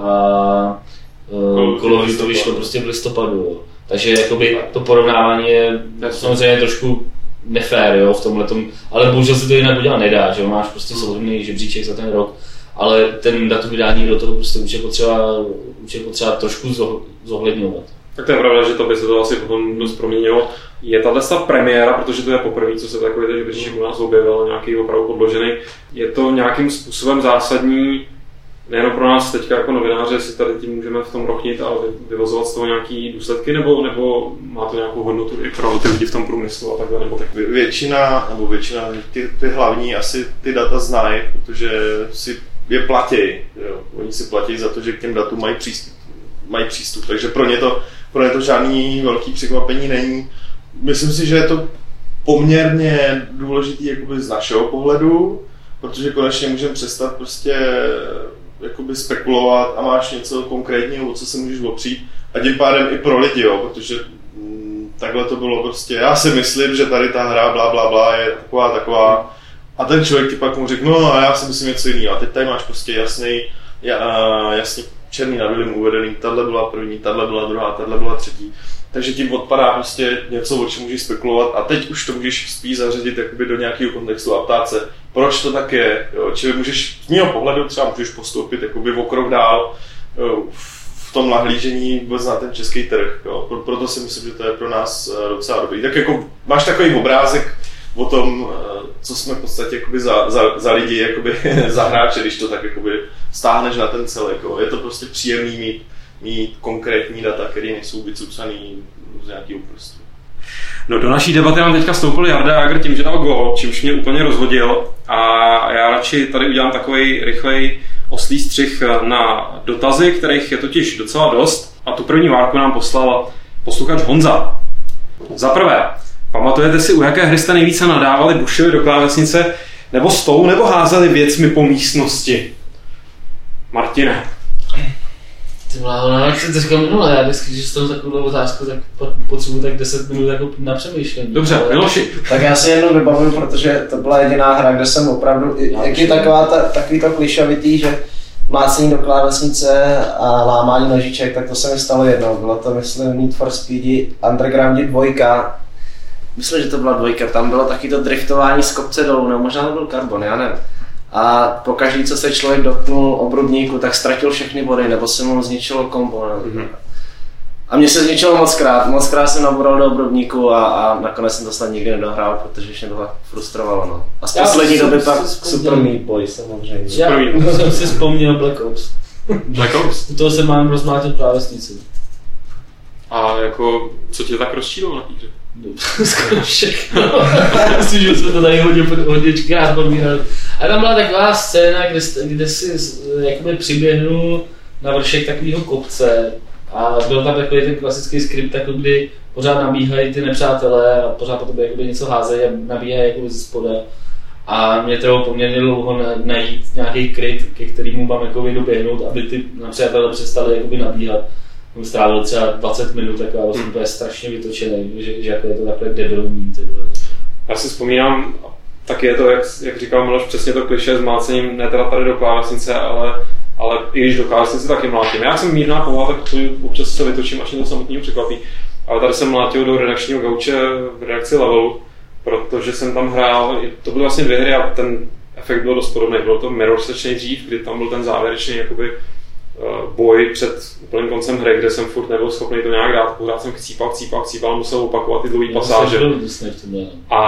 S4: a Call of Duty to vyšlo prostě v listopadu, jo. Takže jakoby to porovnávání je samozřejmě trošku nefér, jo, v tomhletom, ale bohužel se to jinak udělat nedá, že jo, máš prostě souhrnný žebříček za ten rok, ale ten datum vydání do toho prostě už je potřeba, už je potřeba trošku zohledňovat.
S1: Tak to je pravda, že to by se to asi potom dost proměnilo. Je tato premiéra, protože to je poprvé, co se takový ten žebříček u nás objevil, nějaký opravdu podložený. Je to nějakým způsobem zásadní, nejen pro nás teďka jako novináře, jestli tady tím můžeme v tom rochnit a vyvozovat z toho nějaký důsledky, nebo, nebo má to nějakou hodnotu i pro ty lidi v tom průmyslu a takhle, nebo tak?
S2: Většina, nebo většina, ty, ty hlavní asi ty data znají, protože si je platí, jo. Oni si platí za to, že k těm datům mají přístup, mají přístup, takže pro ně to, pro ně to žádný velký překvapení není. Myslím si, že je to poměrně důležitý jakoby z našeho pohledu, protože konečně můžeme přestat prostě jakoby spekulovat a máš něco konkrétního, o co se můžeš opřít a tím pádem i pro lidi, jo, protože mm, takhle to bylo prostě, já si myslím, že tady ta hra bla bla bla je taková taková a ten člověk ti pak mu řekne, no a já si myslím něco jiného a teď tady máš prostě jasný, jasně černý na bílém uvedený, tahle byla první, tahle byla druhá, tahle byla třetí. Takže tím odpadá prostě něco, o čem můžeš spekulovat a teď už to můžeš spíš zařadit jakoby do nějakého kontextu a ptát se, proč to tak je. Jo? Čili můžeš z mého pohledu třeba můžeš postoupit jakoby o krok dál jo, v tom nahlížení vůbec na ten český trh. Jo? Proto si myslím, že to je pro nás docela dobrý. Tak jako máš takový obrázek o tom, co jsme v podstatě jakoby za, za, za lidi, jakoby za hráče, když to tak jakoby stáhneš na ten celek. Jo? Je to prostě příjemný mít mít konkrétní data, které nejsou vycucaný z nějakého prstu.
S1: No, do naší debaty nám teďka vstoupil Jarda Jager tím, že dal gól, čímž mě úplně rozhodil a já radši tady udělám takový rychlej oslý střih na dotazy, kterých je totiž docela dost a tu první várku nám poslal posluchač Honza. Za prvé, pamatujete si, u jaké hry jste nejvíce nadávali Bushovi do klávesnice nebo stolu, nebo házeli věcmi po místnosti? Martine.
S4: Ty vláho, no, jak jsem to říkal minule, já vždycky, když jsem takovou otázku, tak potřebuji tak deset minut jako na přemýšlení.
S1: Dobře,
S4: ale...
S1: Miloši.
S3: Tak já si jednou vybavuju, protože to byla jediná hra, kde jsem opravdu, já jak je taková ta, takový to klišovitý, že mlácení do klávesnice a lámání nožiček, tak to se mi stalo jednou. Bylo to, myslím, Need for Speedy Undergroundi dvojka. Myslím, že to byla dvojka, tam bylo taky to driftování z kopce dolů, nebo možná to byl Carbon, já nevím. A pokaždý, co se člověk dotknul obrubníku, tak ztratil všechny body, nebo se mu zničilo kombo. Mm-hmm. A mě se zničilo mockrát, mockrát jsem naboral do obrubníku a, a nakonec jsem to snad nikdy nedohrál, protože mě to frustrovalo. No. A z poslední doby pak Super Meat Boy samozřejmě.
S4: Já jsem si vzpomněl Black Ops.
S1: Black Ops?
S4: U toho jsem mám rozmlátit klávesnici.
S1: A jako, co tě tak rozčílilo na té hře?
S4: Skoro všechno. Myslím, že jsme to tady hodně, hodně krát podmínali. A tam byla taková scéna, kde, kde si jakoby přiběhnul na vršek takového kopce a byl tam takový ten klasický skript, jako kdy pořád nabíhají ty nepřátelé a pořád po tobě něco házejí a nabíhají jakoby ze spoda. A mě trvalo poměrně dlouho najít nějaký kryt, ke kterému mám jakoby doběhnout, aby ty nepřátelé přestali jakoby nabíhat. Jsem strávil třeba dvacet minut, tak já jsem úplně strašně vytočený, že, že jako je to takhle debilní.
S1: Já si vzpomínám, taky je to, jak, jak říkal Miloš, přesně to klišé s mlácením, ne teda tady do klávesnice, ale, ale i když do klávesnice taky mlátím. Já jsem mírná povaha, tak občas se vytočím, až mě to samotného překvapí. Ale tady jsem mlátil do redakčního gauče v redakci Levelu, protože jsem tam hrál, to byly vlastně dvě hry a ten efekt byl dost podobný. Bylo to Mirror's Edge nejdřív, kdy tam byl ten závěrečný jakoby boj před úplným koncem hry, kde jsem furt nebyl schopný to nějak dát, pořád jsem chcípal, chcípal, chcípal a musel opakovat ty dlouhý pasáže. A,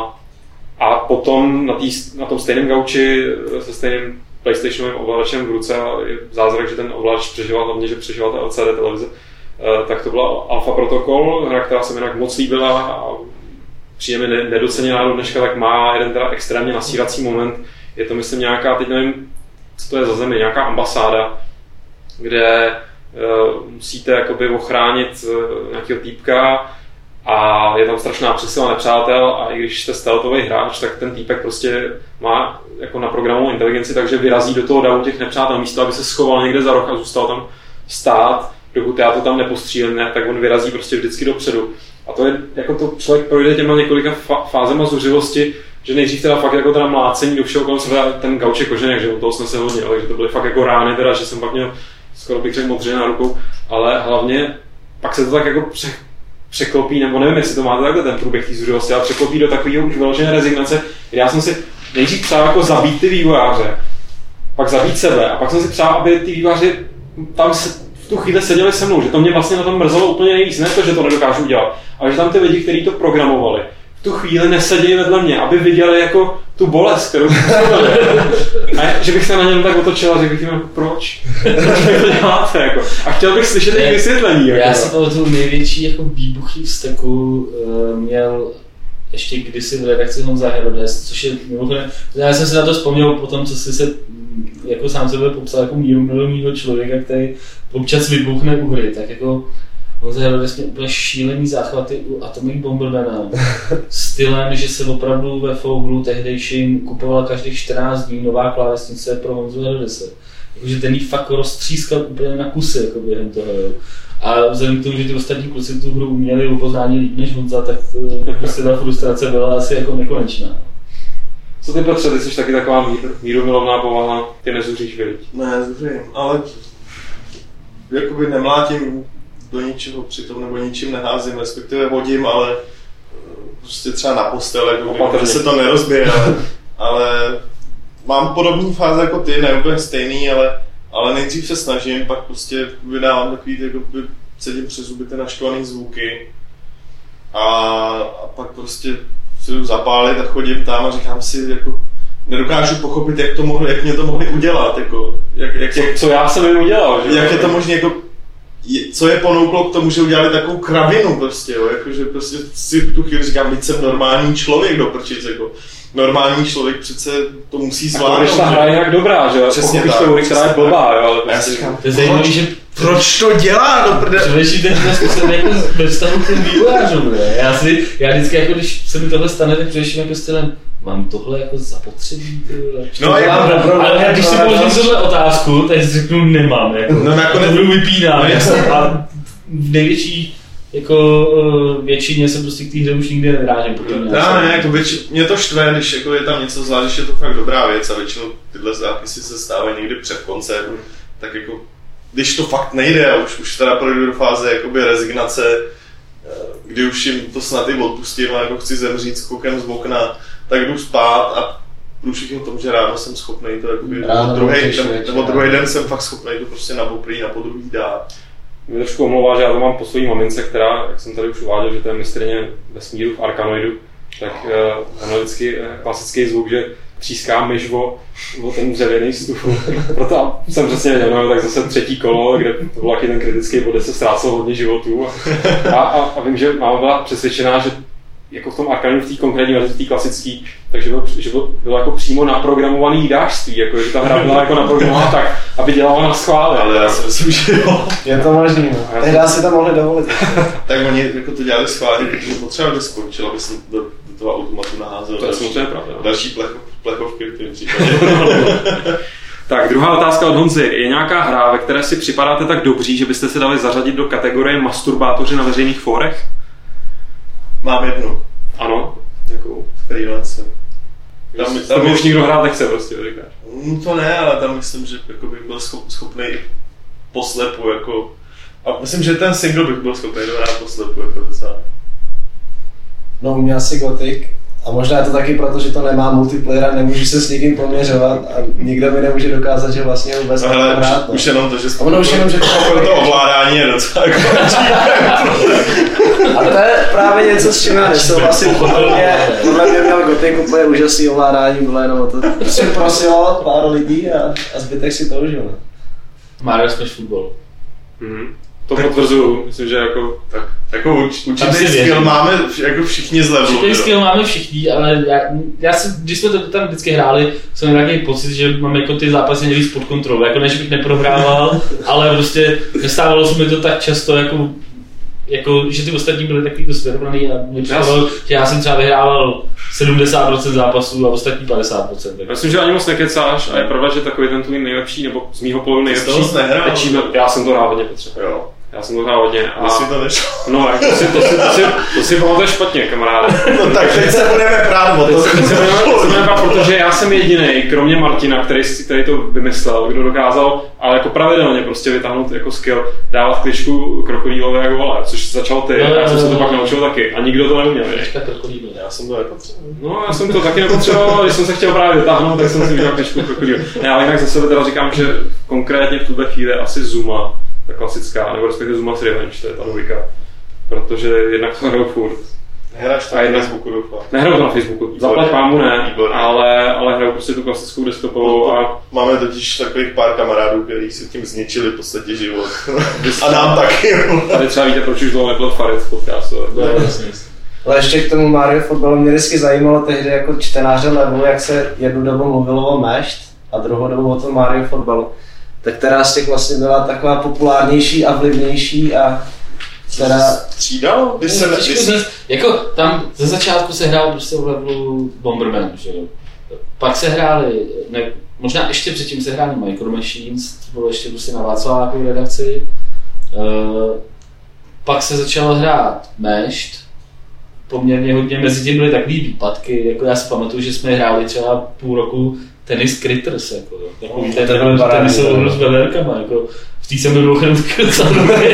S1: a potom na, tý, na tom stejném gauči se stejným PlayStationovým ovladačem v ruce a je zázrak, že ten ovladač přežíval, hlavně, že přežíval ta L C D televize, tak to byla Alpha Protocol, hra, která se mi jinak moc líbila a příjemně nedoceněná do dneška, tak má jeden teda extrémně nasírací moment. Je to, myslím, nějaká, teď nevím, co to je za zemi, nějaká ambasáda, kde uh, musíte jakoby ochránit uh, nějakého týpka a je tam strašná přesila nepřátel a i když jste stealthový hráč, tak ten týpek prostě má jako naprogramovanou inteligenci, takže vyrazí do toho davu těch nepřátel místo, aby se schoval někde za roh a zůstal tam stát, dokud já to tam nepostřílím, ne, tak on vyrazí prostě vždycky dopředu. A to je, jako to člověk projde těma několika fa- fázema zuřivosti, že nejdřív teda fakt jako teda mlácení do všeho kolem sebe, ten gauč je kožený, že u toho jsme se hodně, takže to byly fakt jako rány teda, že jsem pak měl skoro bych řekl modře na rukou, ale hlavně pak se to tak jako pře- překlopí, nebo nevím, jestli to máte takhle ten průběh té zuřivosti, ale překlopí do takového už vyložené rezignace, kdy já jsem si nejdřív přál jako zabít ty vývojáře, pak zabít sebe a pak jsem si přál, aby ty vývojáři tam se, v tu chvíli seděli se mnou, že to mě vlastně na tom mrzelo úplně nejvíc, ne to, že to nedokážu udělat, ale že tam ty lidi, kteří to programovali, v tu chvíli nesedějí vedle mě, aby viděli jako tu bolest, kterou způsobili. A že bych se na něm tak otočil a řekl bych jim, jako, proč? Proč to děláte? Jako? A chtěl bych slyšet jejich vysvětlení.
S4: Já jako. Si pamatuju největší jako výbuchy vzteku uh, měl ještě kdysi v redakci Honza Herodes, což je mimochodem, já jsem si na to vzpomněl po tom, co jsi se jako sám sebe popsal jako mírumilovného člověka, který občas vybuchne u hry, tak jako On zahrál vlastně úplně šílený záchvaty u Atomic Bombermana. Stylem, že se opravdu ve Foglu tehdejším kupovala každých čtrnáct dní nová klávesnice pro Honzu Herodese. Jakože ten jí fakt roztřískal úplně na kusy jako během toho. Jo. A vzhledem k tomu, že ty ostatní kluci tu hru měli o poznání líp než Honza, tak prostě ta frustrace byla asi jako nekonečná.
S1: Co ty, Petře, ty jsi taky taková mír, mírumilovná povaha, ty nezuříš, viď?
S2: Ne, zuřím, ale jakoby nemlátím do ničeho přitom, nebo ničím neházím, respektive hodím, ale prostě třeba na postel, jako že se to nerozbije, ale, ale mám podobný fáze jako ty, ne úplně stejný, ale, ale nejdřív se snažím, pak prostě vydávám takový, jakoby cedím přes zuby ty naštvaný zvuky a, a pak prostě si jdu zapálit a chodím tam a říkám si, jako nedokážu pochopit, jak, to mohli, jak mě to mohli udělat, jako, jak, jak,
S1: co, co já jsem jim udělal, že?
S2: Jak je to možné, jako, je, co je ponouklo k tomu, že udělali takovou kravinu prostě, jo, jako, že prostě si v tu chvíli říkám, teď jsem normální člověk do prčic, jako, normální člověk přece to musí zvládnout.
S1: Když ta hra je jak dobrá, že jo, pochopíš teorii, která je blbá, jo, ale
S2: prostě, já si říkám,
S4: to je zajímavý, že
S2: proč to dělá do prdele?
S4: Přemýšlím teď na způsob jako ve vztahu k těm vývojářům, ne? Já si, já vždycky jako když se mi tohle stane, tak přemýšlím jako stylem, mám tohle jako zapotřebí, ty vole.
S2: No, jako,
S4: ale, ale když si položím tohle otázku, tak si řeknu nemám, jako. No nakonec to budu vypínám, no, a v největší jako uh, většině se prostě k té hře už nikdy nevrátím.
S2: No, ne, jako větši, mě to štve, když jako je tam něco zvlášť, když je to fakt dobrá věc a většinou tyhle zápisy se stávají někdy před koncem, tak jako když to fakt nejde a už, už teda projdu do fáze jakoby rezignace, kdy už jim to snad i odpustím a jako chci zemřít skokem z okna, tak jdu spát a průšvih o tom, že ráno jsem schopný to jakoby, nebo druhý, nebo druhý den jsem fakt schopný to prostě na poprý, na podruhý dát.
S1: Mě trošku omlouvá, že já to mám po svojí mamince, která, jak jsem tady už uváděl, že to je mistryně vesmíru v Arkanoidu, tak uh, ono vždycky uh, klasický zvuk, že tříská myš o, o ten dřevěný stůl. Proto jsem přesně věděl, no, tak zase třetí kolo, kde to byl taky ten kritický bod, kde se ztrácelo hodně životů. A, a, a vím, že máma byla přesvědčená, že jako v tom Arkanu, v té konkrétní verzi, v té klasické, takže bylo, že bylo, bylo jako přímo naprogramovaný jídářství, jako, že ta hra byla jako naprogramovaná tak, aby dělala na schvále.
S2: Ale já si myslím, že jo.
S3: Je to možný, no. Tehdy si to mohli dovolit.
S2: Tak oni jako to dělali schválně, protože potřeba skončil, aby jsem do, do toho automatu naházel
S1: to další, je pravda, no.
S2: další plech, plechovky v tom případě.
S1: Tak, druhá otázka od Honzy. Je nějaká hra, ve které si připadáte tak dobří, že byste se dali zařadit do kategorie masturbátoři na veřejných fórech?
S2: Mám jednu.
S1: Ano. Jakou?
S2: Freelancer.
S1: Tam, tam, tam už nikdo hrát nechce prostě, říkáš.
S2: No to ne, ale tam myslím, že jako bych byl schopný poslepu, jako... A myslím, že ten single bych byl schopný dohrát poslepu, jako docela.
S3: No, u mě asi Gothic. A možná je to taky proto, že to nemá multiplayer a nemůžu se s nikým poměřovat a nikdo mi nemůže dokázat, že vlastně vůbec
S2: no, hele, hrát. Už, už jenom to, že
S3: ono už jenom, že to,
S2: to ovládání je docela jako
S3: a to je právě něco, s čím já nesouhlasím. Podle mě, podle mě měl Gothic úplně úžasný ovládání, bylo jenom to prostě prosilo pár lidí a, a zbytek si to užil.
S4: Mario Smash Football.
S1: Mm-hmm. To potvrzuju, myslím, že jako...
S2: Tak, jako uč, určitý skill máme jako všichni z levelu.
S4: Určitý skill máme všichni, ale já, já si, když jsme to tam vždycky hráli, jsem měl nějaký pocit, že mám jako ty zápasy někdy pod kontrolou. Jako ne, že bych neprohrával, ale prostě nestávalo se mi to tak často, jako, jako že ty ostatní byly takový dost vyrovnaný a mě připadalo, že já jsem třeba vyhrával sedmdesát procent zápasů a ostatní padesát procent.
S1: Já myslím, že ani moc nekecáš a je pravda, že takový ten tvůj nejlepší, nebo z mýho pohledu nejlepší achievement, já jsem to hrál hodně, Petře. Jo. Já jsem to hrál hodně a...
S2: Jestli to nešlo.
S1: No, jako to si, to si, to si, to si pamatuješ špatně, kamaráde.
S2: No tak teď se budeme prát o to.
S1: Teď se budeme prát, protože já jsem jedinej, kromě Martina, který, který to vymyslel, kdo dokázal, ale jako pravidelně prostě vytáhnout jako skill, dávat kličku krokodýlové jako vole, což začal ty, no, já jsem se to pak naučil taky a nikdo to neuměl.
S2: Já jsem to nepotřeboval.
S1: No, já jsem to taky nepotřeboval, když jsem se chtěl právě vytáhnout, tak jsem si udělal kličku krokodýl. Ne, ale jinak za sebe teda říkám, že konkrétně v tuhle chvíli asi Zuma, ta klasická, nebo respektive Zuma's Revenge, to je ta dvojka. Protože jednak to hraju furt.
S2: Nehráš to na Facebooku, doufám.
S1: Nehraju to na Facebooku, zaplať pámu ne, ale, ale hraju prostě tu klasickou desktopovou a...
S2: Máme totiž takových pár kamarádů, kteří si tím zničili v podstatě život. A nám taky.
S1: Tady třeba víte, proč už dlouho nebyl Farid v podcastu.
S3: Ale ještě k tomu Mario fotbalu mě vždycky zajímalo tehdy jako čtenáře levelu, jak se jednu dobu mluvilo o Mešt a druhou dobu o tom Mario fotbalu. Tak která z těch vlastně byla taková populárnější a vlivnější a která...
S2: Střídal? Když se, když se...
S4: Jako tam ze začátku se hrál prostě v levelu Bomberman, že jo. Pak se hráli, ne, možná ještě předtím se hráli Micro Machines, to bylo ještě prostě na Václavákovou redakci. Uh, pak se začalo hrát Meshed, poměrně hodně, mezi tím byly takový výpadky, jako já si pamatuju, že jsme hráli třeba půl roku Tennis Critters, jako, takový
S3: no,
S4: ten tenisovou hru s velerkama, jako v té jsem byl mimochodem docela dobrý.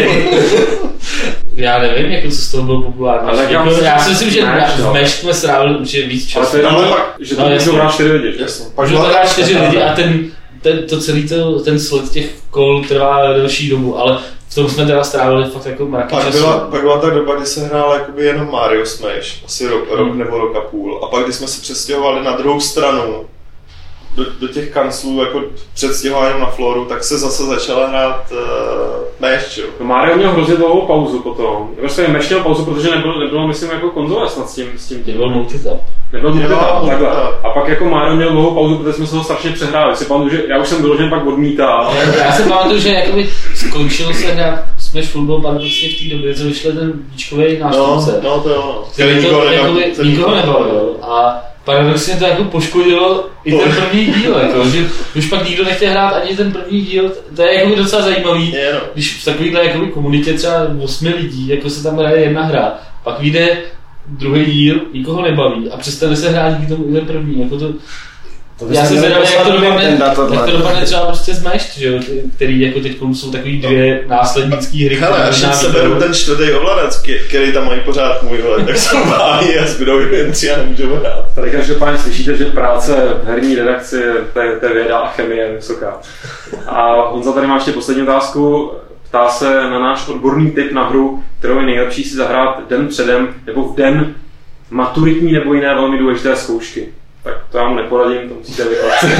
S4: Já nevím, jako co z toho bylo populární. Jako, já, já si myslím, že v Meshed jsme strávili určitě víc času.
S1: Ale to je tam pak, že to můžou hrát čtyři lidi.
S4: Můžou to hrát čtyři lidi a ten, ten, to celý to, ten sled těch kol trvá delší dobu, ale v tom jsme teda strávili fakt jako mraky
S2: pak
S4: času.
S2: Byla, pak byla ta doba, kdy se hrál jakoby jenom Mario Smash, asi rok, rok hmm. nebo rok a půl. A pak, když jsme se přestěhovali na druhou stranu, do, do těch kanclů, jako předstěhováním na floru, tak se zase začala hrát uh, Mesh, jo.
S1: No Mario měl hrozně dlouhou pauzu potom. Vlastně Mesh měl pauzu, protože nebylo, nebylo myslím, jako konzole snad s tím, s tím tím.
S4: Nebyl multitap.
S1: Nebyl multitap, takhle. A pak jako Mario měl dlouhou pauzu, protože jsme se ho strašně přehráli. Si pamatuju, že já už jsem vyložen pak odmítal.
S4: Já si pamatuju, že jakoby skončilo se hrát Smash Football paradoxně v té době, co vyšel ten díčkovej nástupce.
S2: No, no to jo.
S4: Který to jakoby nikoho nebavil. A paradoxně to jako poškodilo i ten první díl, jako, že už pak nikdo nechtěl hrát ani ten první díl, to je jako docela zajímavý, no. Když v takovéhle jako komunitě třeba osmi lidí, jako se tam hraje jedna hra, pak vyjde druhý díl, nikoho nebaví a přestane se hrát díky tomu i ten první, jako to, to já si zvědavý, jak to dopadne, jak to dopadne třeba prostě z Meshed, že jo, který jako teď jsou takový dvě následnický hry.
S2: Hele, až se beru ten čtvrtý ovladač, který tam mají pořád můj vole, tak jsou váhy a zbydou invenci a nemůžou hrát.
S1: Tady každopádně slyšíte, že práce v herní redakci, to je věda a chemie je vysoká. A Honza tady má ještě poslední otázku. Ptá se na náš odborný tip na hru, kterou je nejlepší si zahrát den předem nebo v den maturitní nebo jiné velmi důležité zkoušky. Tak to já vám neporadím, to musíte vyhledat.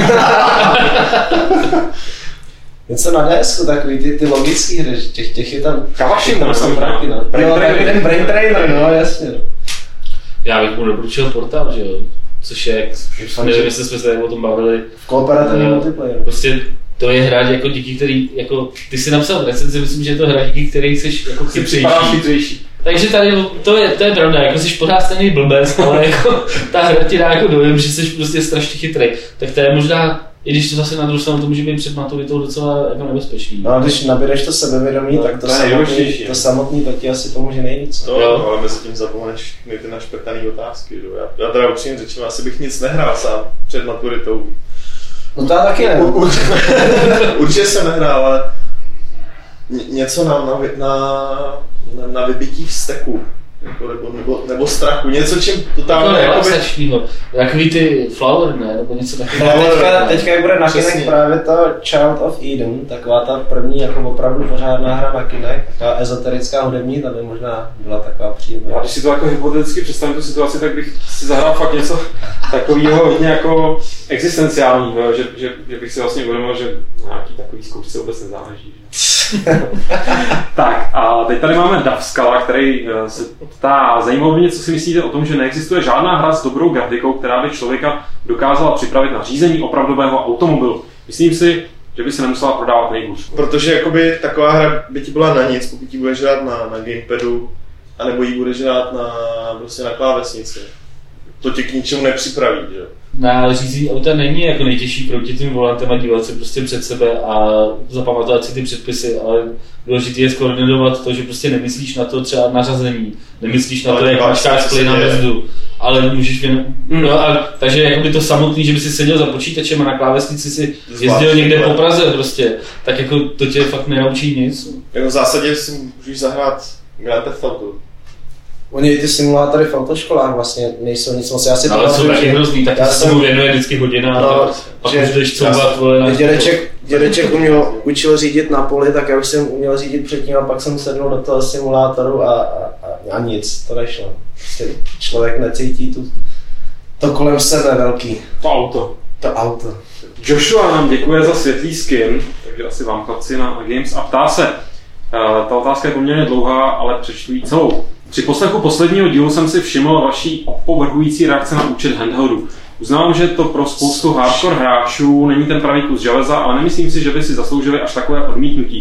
S3: Něco na D S, takový ty, ty logický hry, těch, těch je tam...
S1: Kavaši,
S3: tam jsou mraky, no.
S1: Brain
S3: no,
S1: Trainer.
S3: ten Brain Trainer, no jasně.
S4: Já bych mu doporučil Portal, že jo, což je, nevím, jestli jsme se o tom bavili.
S3: V kooperativním uh, multiplayeru.
S4: Prostě to je hra, jako díky který, jako, ty jsi napsal v recenzi, myslím, že je to hra, díky který jsi jako chytřejší. Takže tady, to je, to je pravda, jako jsi pořád stejný blbec, ale jako ta hra ti dá jako dojem, že jsi prostě strašně chytrý. Tak to je možná, i když to zase na druhou stranu to může být před maturitou docela jako nebezpečný.
S3: No a když nabídeš to sebevědomí, no, tak to, to samotný, to samotný to ti asi pomůže nejvíc.
S2: To jo, ale mezi tím zapomeneš ty našprtaný otázky, že? Já, já teda upřímně řečeno, asi bych nic nehrál sám před maturitou.
S3: No to já taky ne.
S2: Určitě jsem nehrál, ale něco na, na, na, na, na vybití vzteku. Nebo, nebo, nebo, nebo strachu, něco čím totálně
S4: jako relaxačního, takový ty Flower, ne, nebo něco takového.
S3: Ne, teďka, teďka jak bude na Kinect právě to Child of Eden, taková ta první jako opravdu pořádná hra na Kinect, taková ezoterická hudební, ta by možná byla taková příjemná.
S1: Já když si to jako hypoteticky představím tu situaci, tak bych si zahrál fakt něco takového hodně jako existenciálního, že, že, že bych si vlastně uvědomil, že nějaký takový zkoušce vůbec nezáleží. Tak a teď tady máme Davskala, který se ptá, zajímalo mě, co si myslíte o tom, že neexistuje žádná hra s dobrou grafikou, která by člověka dokázala připravit na řízení opravdového automobilu. Myslím si, že by se nemusela prodávat nejhůř.
S2: Protože jakoby taková hra by ti byla na nic, pokud ji budeš hrát na, na gamepadu, anebo ji budeš hrát na, prostě na klávesnici. To tě k ničemu nepřipraví, že?
S4: Na řízení auta není jako nejtěžší proti tím volantem a dívat se prostě před sebe a zapamatovat si ty předpisy, ale důležité je skoordinovat to, že prostě nemyslíš na to třeba nařazení, nemyslíš na to, jak mačkáš plyn na mezdu, ale můžeš věn... no, a, takže jakoby to samotný, že by si seděl za počítačem a na klávesnici si jezdil někde po Praze prostě, tak jako to tě fakt nenaučí nic.
S2: Jako v zásadě si můžeš zahrát Grand Theft Auto.
S3: Oni ty simulátory v autoškolách vlastně nejsou nic moc. Já si
S4: ale jsou taky hrozný, tak se mu věnuje vždycky hodina
S3: no,
S4: a pak už jdeš couvat, vole.
S3: Dědeček, dědeček uměl, učil řídit na poli, tak já už jsem uměl řídit předtím a pak jsem sednul do toho simulátoru a, a, a, a nic, to nešlo. Prostě člověk necítí tu, to kolem sebe velký.
S1: To auto.
S3: To auto.
S1: Joshua nám děkuje za světlý skin, takže asi vám chlapci na Games a ptá se, ta otázka je poměrně dlouhá, ale přečtu ji celou. Při poslechu posledního dílu jsem si všiml vaší opovrhující reakce na účet handheldu. Uznávám, že to pro spoustu hardcore hráčů není ten pravý kus železa, ale nemyslím si, že by si zasloužili až takové odmítnutí.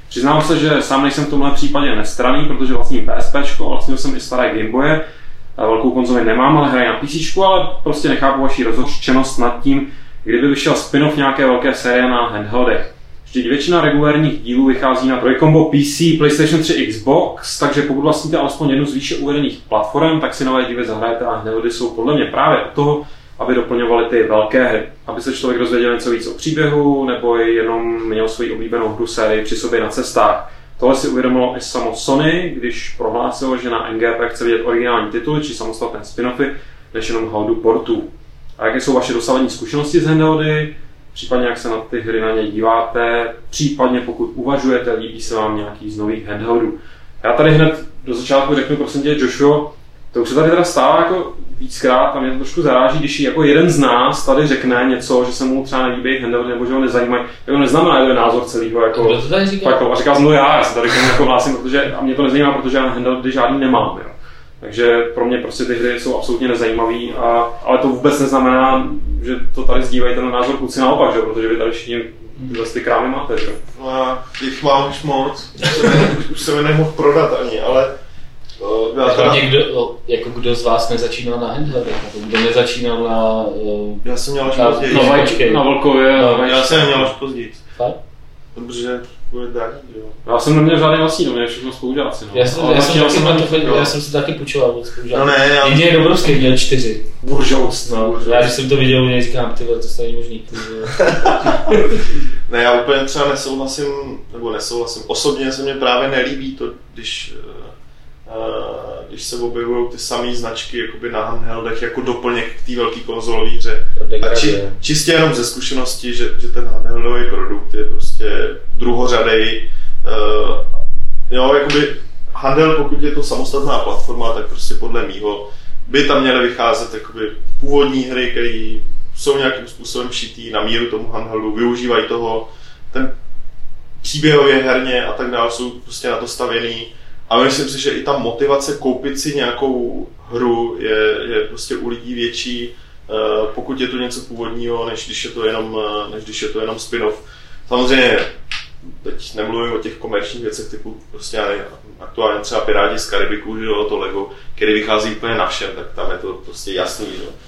S1: Přiznám se, že sám nejsem v tomhle případě nestranný, protože vlastním PSPčko, vlastnil jsem i staré Gameboye, velkou konzoli nemám, ale hraji na PCčku, ale prostě nechápu vaši rozhořčenost nad tím, kdyby vyšel spin-off nějaké velké série na handheldech. Vždyť většina regulérních dílů vychází na trojkombo P C, PlayStation tři, Xbox, takže pokud vlastníte alespoň jednu z výše uvedených platform, tak si nové díly zahrajete a handheldy jsou podle mě právě od toho, aby doplňovaly ty velké hry. Aby se člověk dozvěděl něco víc o příběhu, nebo jenom měl svoji oblíbenou hru sérii při sobě na cestách. Tohle si uvědomilo i samo Sony, když prohlásilo, že na N G P chce vidět originální tituly či samostatné spin-offy, než jenom haldu portů. A jaké jsou vaše dosavadní zkušenosti z handheldy? Případně jak se na ty hry na ně díváte, případně pokud uvažujete, líbí se vám nějaký z nových handheldů. Já tady hned do začátku řeknu, prosím tě, Joshua, to už se tady teda stává jako víckrát a mě to trošku zaráží, když jako jeden z nás tady řekne něco, že se mu třeba nelíbí handheldy nebo že ho nezajímají, to neznamená, že to je názor celého jako.
S4: Kdo to tady říká?
S1: A říkal jsem, no já, já se tady k tomu jako hlásím, protože a mě to nezajímá, protože já handheldy žádný nemám. Jo. Takže pro mě prostě ty hry jsou absolutně nezajímavý, a, ale to vůbec neznamená, že to tady sdívají ten názor kluci naopak, že? Protože vy tady všichni zase ty krámy máte. Že?
S2: No a jich mám už moc, už se mi nemohl prodat ani, ale uh, já
S4: jako,
S2: teda...
S4: někdo, jako kdo z vás nezačínal na handheldech, jako kdo nezačínal na... Uh,
S2: já jsem měl až
S4: na,
S2: později.
S4: na, vačky.
S1: Na Volkově.
S2: No,
S1: na
S2: já jsem měl až později.
S4: Fakt?
S2: Protože bude drahý, jo.
S1: Já jsem neměl žádný vlastní, to mě všechno spolužáci. No.
S4: Já jsem, já, jsem taky, jsem taky, já jsem si taky půjčoval od spolužáků.
S2: No ne, já...
S4: Jedině Dobrovský měl čtyři.
S1: Buržoust.
S4: No, já když jsem to viděl, mě říkám, ty vole, to je možný.
S2: Ne, já úplně třeba nesouhlasím, nebo nesouhlasím. Osobně se mě právě nelíbí to, když, uh, když se objevují ty samé značky jakoby na handheldech jako doplněk k té velké konzolové hře. A či, čistě jenom ze zkušenosti, že, že ten handheldový produkt je prostě druhořadej. Uh, jo, jakoby handheld, pokud je to samostatná platforma, tak prostě podle mýho by tam měly vycházet jakoby původní hry, které jsou nějakým způsobem šitý na míru tomu handheldu, využívají toho, ten příběhově herně a tak dále jsou prostě na to stavěný. A myslím si, že i ta motivace koupit si nějakou hru je, je prostě u lidí větší, pokud je to něco původního, než když je to jenom, než když je to jenom spin-off. Samozřejmě, teď nemluvím o těch komerčních věcech typu prostě já nevím, aktuálně třeba Piráti z Karibiku, že jo, to Lego, který vychází úplně na všem, tak tam je to prostě jasný, že jo.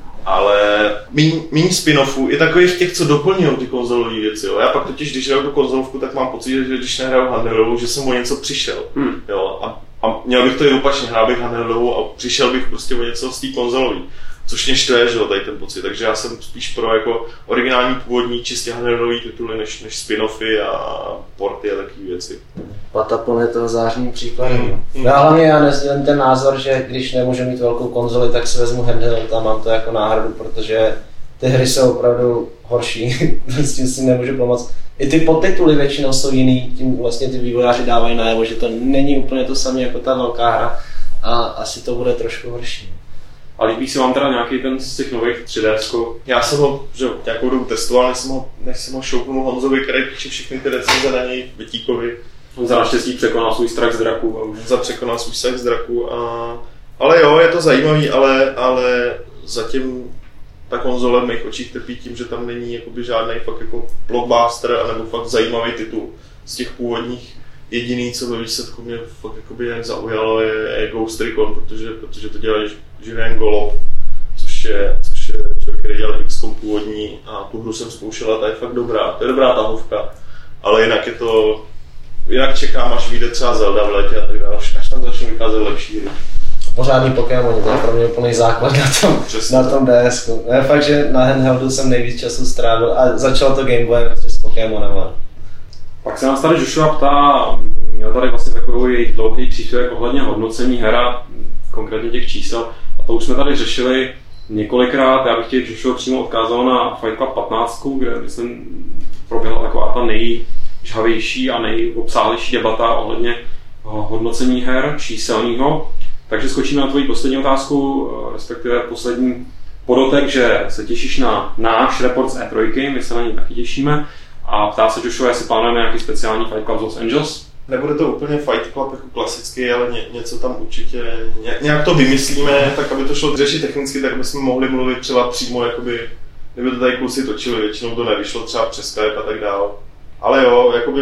S2: Ale míň, míň spin-offů i takových těch, co doplňují ty konzolové věci. Jo. Já pak totiž, když hraju tu konzolovku, tak mám pocit, že když nehraju handheldovou, že jsem o něco přišel. Hmm. Jo. A, a měl bych to i opačně, hrál bych handheldovou a přišel bych prostě o něco z té konzolové. Což mě štve, že jo, tady ten pocit. Takže já jsem spíš pro jako originální původní čistě handheldový tituly, než, než spin-offy a porty a takové věci.
S3: Patapon je toho zářným příkladem. Mm. Já hlavně já nezdílím ten názor, že když nemůžu mít velkou konzoli, tak si vezmu handheld a mám to jako náhradu, protože ty hry jsou opravdu horší, s tím si nemůžu pomoct. I ty podtituly většinou jsou jiný, tím vlastně ty vývojáři dávají najevo, že to není úplně to samé jako ta velká hra a asi to bude trošku horší.
S1: A líbí se vám teda nějaký ten z těch nových tři D sko?
S2: Já jsem ho že nějakou dobu testoval, než jsem ho, než jsem ho šoupnul Honzovi, který píše všechny ty recenze na něj, Vytíkovi.
S1: On za naštěstí překonal svůj strach z draků. A už...
S2: Za překonal svůj strach z draků. A... Ale jo, je to zajímavý, ale, ale zatím ta konzole v mých očích trpí tím, že tam není jakoby žádný fakt jako blockbuster anebo fakt zajímavý titul z těch původních. Jediný, co ve výsledku mě fakt jakoby nějak zaujalo, je, je Ghost Recon, protože, protože to dělá Julien Golob, což je, což je člověk, který dělal X COM původní a tu hru jsem zkoušel a ta je fakt dobrá. To je dobrá tahovka, ale jinak je to... Jinak čekám, až vyjde třeba Zelda v létě a tak dále, až tam začnou vycházet lepší hry.
S3: Pořádný Pokémon, to je pro mě úplný základ na tom, na tom D S ku. Je fakt, že na handheldu jsem nejvíc času strávil a začalo to Game Boy prostě s Pokémonem.
S1: Pak se nás tady Joshua ptá, měl tady vlastně takový dlouhý příspěvek ohledně hodnocení hera, konkrétně těch čísel, a to už jsme tady řešili několikrát. Já bych tě, Joshua, přímo odkázal na Fight Club patnáct, kde myslím proběhla taková ta nejžhavější a nejobsáhlejší debata ohledně hodnocení her číselného. Takže skočíme na tvoji poslední otázku, respektive poslední podotek, že se těšíš na náš report z E tři, my se na něj taky těšíme. A ptá se Joshua, jestli plánujeme nějaký speciální Fight Club z Los Angeles?
S2: Nebude to úplně Fight Club jako klasický, ale ně, něco tam určitě, ně, nějak to vymyslíme, tak aby to šlo řešit technicky, tak bychom mohli mluvit třeba přímo, jakoby, kdyby to tady kluci točili, většinou to nevyšlo třeba přes Skype a tak dál. Ale jo, jakoby v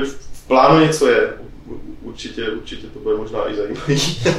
S2: v plánu něco je. Určitě, určitě to bude možná i zajímavý.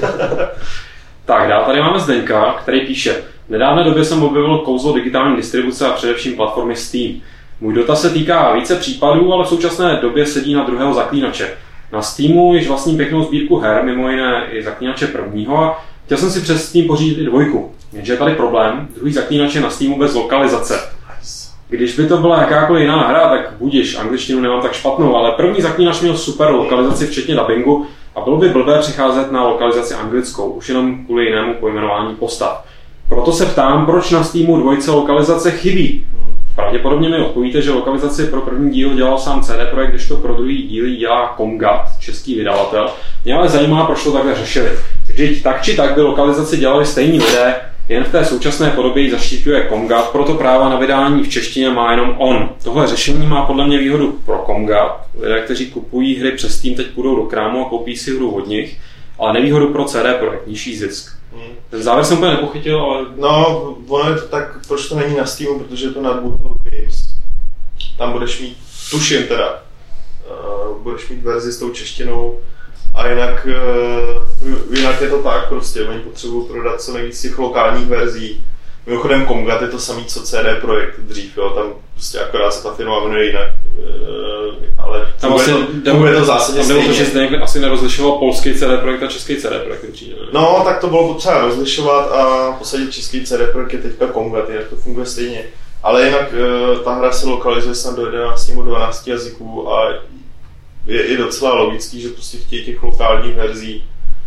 S1: Tak, dál tady máme Zdeňka, který píše: v nedávné době jsem objevil kouzlo digitální distribuce a především platformy Steam. Můj dotaz se týká více případů, ale v současné době sedí na druhého zaklínače. Na Steamu již vlastním pěknou sbírku her, mimo jiné i zaklínače prvního, a chtěl jsem si přes Steam pořídit i dvojku. Jenže je tady problém, druhý zaklínač je na Steamu bez lokalizace. Když by to byla jakákoliv jiná hra, tak budiš, angličtinu nemám tak špatnou, ale první zaklínač měl super lokalizaci včetně dubbingu a bylo by blbé přicházet na lokalizaci anglickou, už jenom kvůli jinému pojmenování postav. Proto se ptám, proč na Steamu dvojce lokalizace chybí. Pravděpodobně mi odpovíte, že lokalizaci pro první díl dělal sám C D Projekt, kdežto pro druhý díl dělá Comgat, český vydavatel. Mě ale zajímá, proč to takhle řešili. Takže tak či tak by lokalizaci dělali stejní lidé, jen v té současné podobě ji zaštiťuje Comgat, proto práva na vydání v češtině má jenom on. Tohle řešení má podle mě výhodu pro Comgat. Lidé, kteří kupují hry přes Steam, teď půjdou do krámu a koupí si hru od nich, ale nevýhodu pro C D Projekt, nižší zisk. Hmm. Ten závěr jsem úplně nepochytil, ale...
S2: No, ono je to tak, proč to není na Steamu, protože je to na Bootleg Games. Tam budeš mít, tuším teda, uh, budeš mít verzi s tou češtinou a jinak, uh, jinak je to tak prostě, oni potřebují prodat co nejvíc těch lokálních verzí. Mimochodem Comgat je to samý co C D Projekt dřív, jo, tam prostě akorát se ta firma jmenuje jinak, uh, ale tam
S1: vlastně
S2: to, to v zásadě
S1: stejně. Tam to, že zde asi nerozlišoval polský C D Projekt a český C D Projekt přijde.
S2: No, tak to bylo potřeba rozlišovat a posadit český C D Projekt je teďka Comgat, jinak to funguje stejně. Ale jinak uh, ta hra se lokalizuje snad do jedenácti nebo dvanácti jazyků a je i docela logický, že prostě chtějí těch lokálních verzí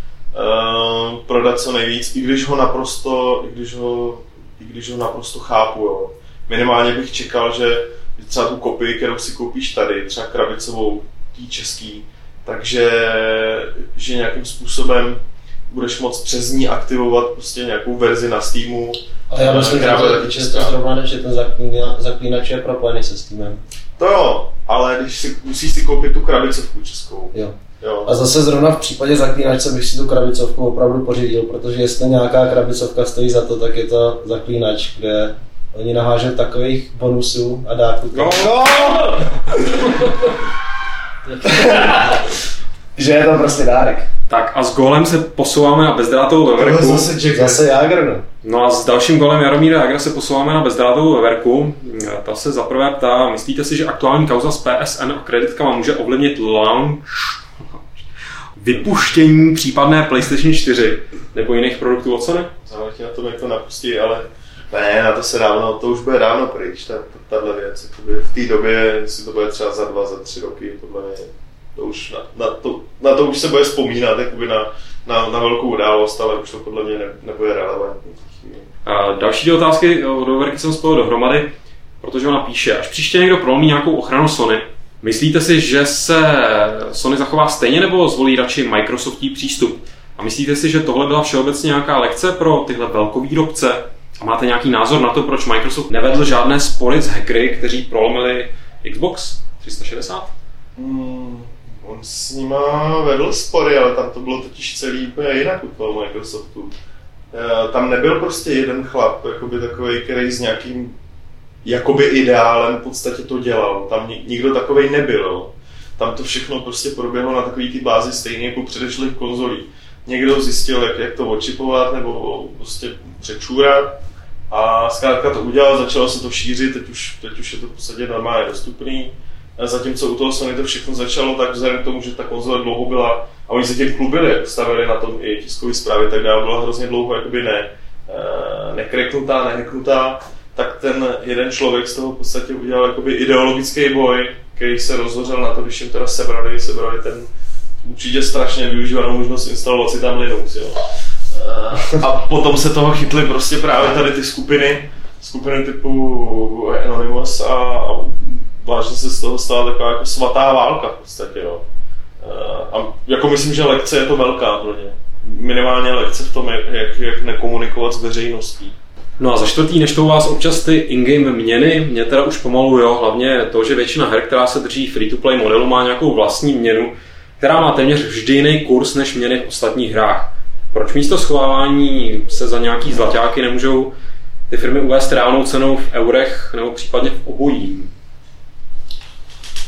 S2: uh, prodat co nejvíc, i když ho naprosto, i když ho i když ho naprosto chápu, jo. Minimálně bych čekal, že třeba tu kopii, kterou si koupíš tady, třeba krabicovou, tý český, takže že nějakým způsobem budeš moct přes ní aktivovat prostě nějakou verzi na Steamu.
S3: Ale já myslím, že to zrovna, že ten zaklínač je propojený se Steamem.
S2: To jo, ale když si, musíš si koupit tu krabicovku českou.
S3: Jo. Jo. A zase zrovna v případě zaklínačce bych si tu krabicovku opravdu pořídil, protože jestli nějaká krabicovka stojí za to, tak je to zaklínač, kde oni nahážou takových bonusů a dárků.
S2: No, no.
S3: Že je to prostě dárek.
S1: Tak a s gólem se posouváme na bezdrátovou veverku.
S2: Zase,
S3: zase Jágr, no.
S1: No a s dalším gólem Jaromíra Jágra se posouváme na bezdrátovou veverku. Ta se zaprvé ptá, myslíte si, že aktuální kauza s P S N a kreditkama může ovlivnit launch vypuštění případné PlayStation čtyři nebo jiných produktů od Sony?
S2: Záleží na tom, jak to napustí, ale ne, na to se dávno, to už bude dávno pryč, ta, tahle věc. V té době, jestli to bude třeba za dva, za tři roky, tohle je, to už na, na, to, na to už se bude vzpomínat jakoby na, na, na velkou událost, ale už to podle mě ne, nebude relevantní.
S1: A další dvě otázky od Overky jsem spojil dohromady, protože ona píše, až příště někdo prolomí nějakou ochranu Sony, myslíte si, že se Sony zachová stejně nebo zvolí radši Microsoftí přístup? A myslíte si, že tohle byla všeobecně nějaká lekce pro tyhle velkovýrobce? A máte nějaký názor na to, proč Microsoft nevedl žádné spory s hackery, kteří prolomili Xbox tři sta šedesát?
S2: Hmm, on s nima vedl spory, ale tam to bylo totiž celý úplně jinak u toho Microsoftu. Tam nebyl prostě jeden chlap, jakoby takovej, který s nějakým jakoby ideálem v podstatě to dělal. Tam nikdo takovej nebyl. Tam to všechno prostě proběhlo na takový ty bázi stejně jako předešlých konzolí. Někdo zjistil, jak, jak to odčipovat nebo prostě přečůrat a zkrátka to udělal, začalo se to šířit, teď už, teď už je to v podstatě normálně dostupný. A zatímco u toho Sony to všechno začalo, tak vzhledem k tomu, že ta konzole dlouho byla a oni se tím chlubili, stavili na tom i tiskové zprávy, tak dále, byla hrozně dlouho jakoby ne, nekreknutá, nehacknutá, tak ten jeden člověk z toho v podstatě udělal jakoby ideologický boj, který se rozhořel na to, když jim teda sebrali, sebrali ten určitě strašně využívanou možnost instalovat si tam Linux, jo. A potom se toho chytly prostě právě tady ty skupiny, skupiny typu Anonymous a, a vážně se z toho stala taková jako svatá válka v podstatě, jo. A jako myslím, že lekce je to velká pro ně. Minimálně lekce v tom, jak, jak nekomunikovat s veřejností.
S1: No a za čtvrtý, neštou vás občas ty in-game měny? Mě teda už pomalu, jo, hlavně to, že většina her, která se drží free-to-play modelu, má nějakou vlastní měnu, která má téměř vždy jiný kurz než měny v ostatních hrách. Proč místo schovávání se za nějaký zlaťáky nemůžou ty firmy uvést reálnou cenou v eurech nebo případně v obojím?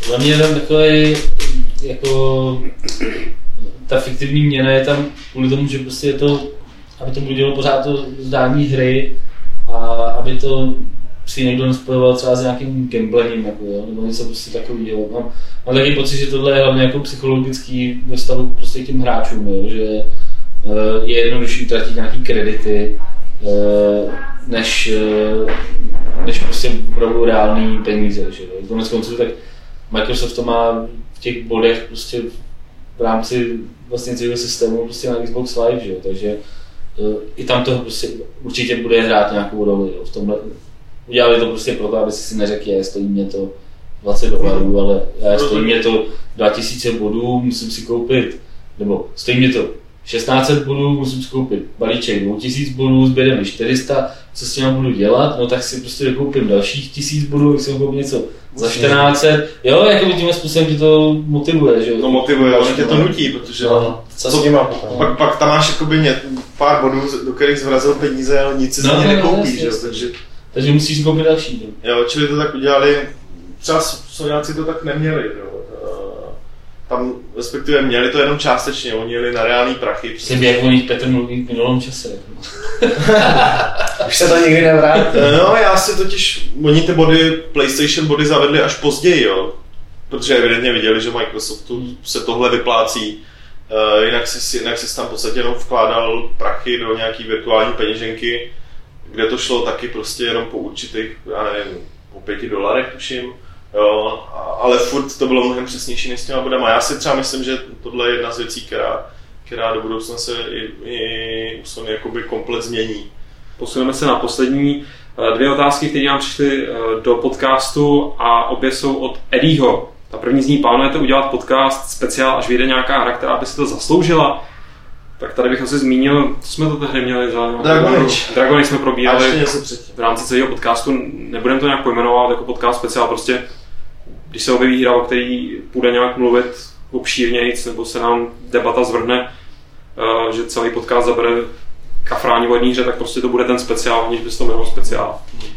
S4: Za mě je tam takový, jako ta fiktivní měna je tam kvůli tomu, že prostě je to, aby to budilo pořád to zdání hry a aby to si někdo nespojoval třeba s nějakým gamblením, jako jo, nebo něco prostě takového. Mám, mám taky pocit, že tohle je hlavně jako psychologický ve vztahu prostě k těm hráčům, jo, že uh, je jednodušší utratit nějaký kredity, uh, než, uh, než prostě opravdu reální peníze, že jo. Konec konců tak Microsoft to má v těch bodech prostě v rámci vlastně celého systému prostě na Xbox Live, že jo, takže uh, i tam to prostě určitě bude hrát nějakou roli, jo, v tomhle. Udělali to prostě proto, aby si neřekl, je, stojí mě to dvacet dolarů, ale já stojí mě to dva tisíce bodů, musím si koupit, nebo stojí mě to šestnáct set bodů, musím si koupit balíček dva tisíce bodů, zběde mi čtyři sta, co s tím budu dělat, no tak si prostě dokoupím dalších tisíc bodů, jak si koupím něco za čtrnáct set, jo, jako by tímhle způsobem tě to motivuje, že jo?
S2: No motivuje, ale tě to nutí, protože
S3: no, co s tím
S2: pak, pak tam máš jakoby ně, pár bodů, do kterých zvrazil peníze, ale nic si no, za ně nekoupíš, no, takže...
S4: Takže musíš koupit další. Ne?
S2: Jo, čili to tak udělali, třeba Soňáci to tak neměli, jo. Tam respektive měli to jenom částečně, oni jeli na reální prachy.
S4: Jsem jak o nich Petr mluví v minulém čase.
S3: Už se to nikdy nevrátí.
S2: No, já si totiž, oni ty body, PlayStation body zavedli až později, jo. Protože evidentně viděli, že Microsoftu se tohle vyplácí. Uh, jinak si, jinak si tam v podstatě jenom vkládal prachy do nějaký virtuální peněženky, kde to šlo taky prostě jenom po určitých, já nevím, po pěti dolarech tuším, jo, ale furt to bylo mnohem přesnější než s těma bodama. Já si třeba myslím, že tohle je jedna z věcí, která, která do budoucna se i, i u Sony jakoby komplet změní.
S1: Posuneme se na poslední dvě otázky, které nám přišly do podcastu a obě jsou od Eddieho. Ta první z ní: plánujete udělat podcast speciál, až vyjde nějaká hra, která by si to zasloužila? Tak tady bych asi zmínil, co jsme to tehdy měli za...
S2: Dragon Age.
S1: Dragon Age jsme probírali
S2: v
S1: rámci celého podcastu, nebudeme to nějak pojmenovat jako podcast speciál, prostě když se objeví hra, o který půjde nějak mluvit obšírnějc, nebo se nám debata zvrhne, že celý podcast zabere kafrání o jedné hře, tak prostě to bude ten speciál, aniž bys to jmenoval speciál.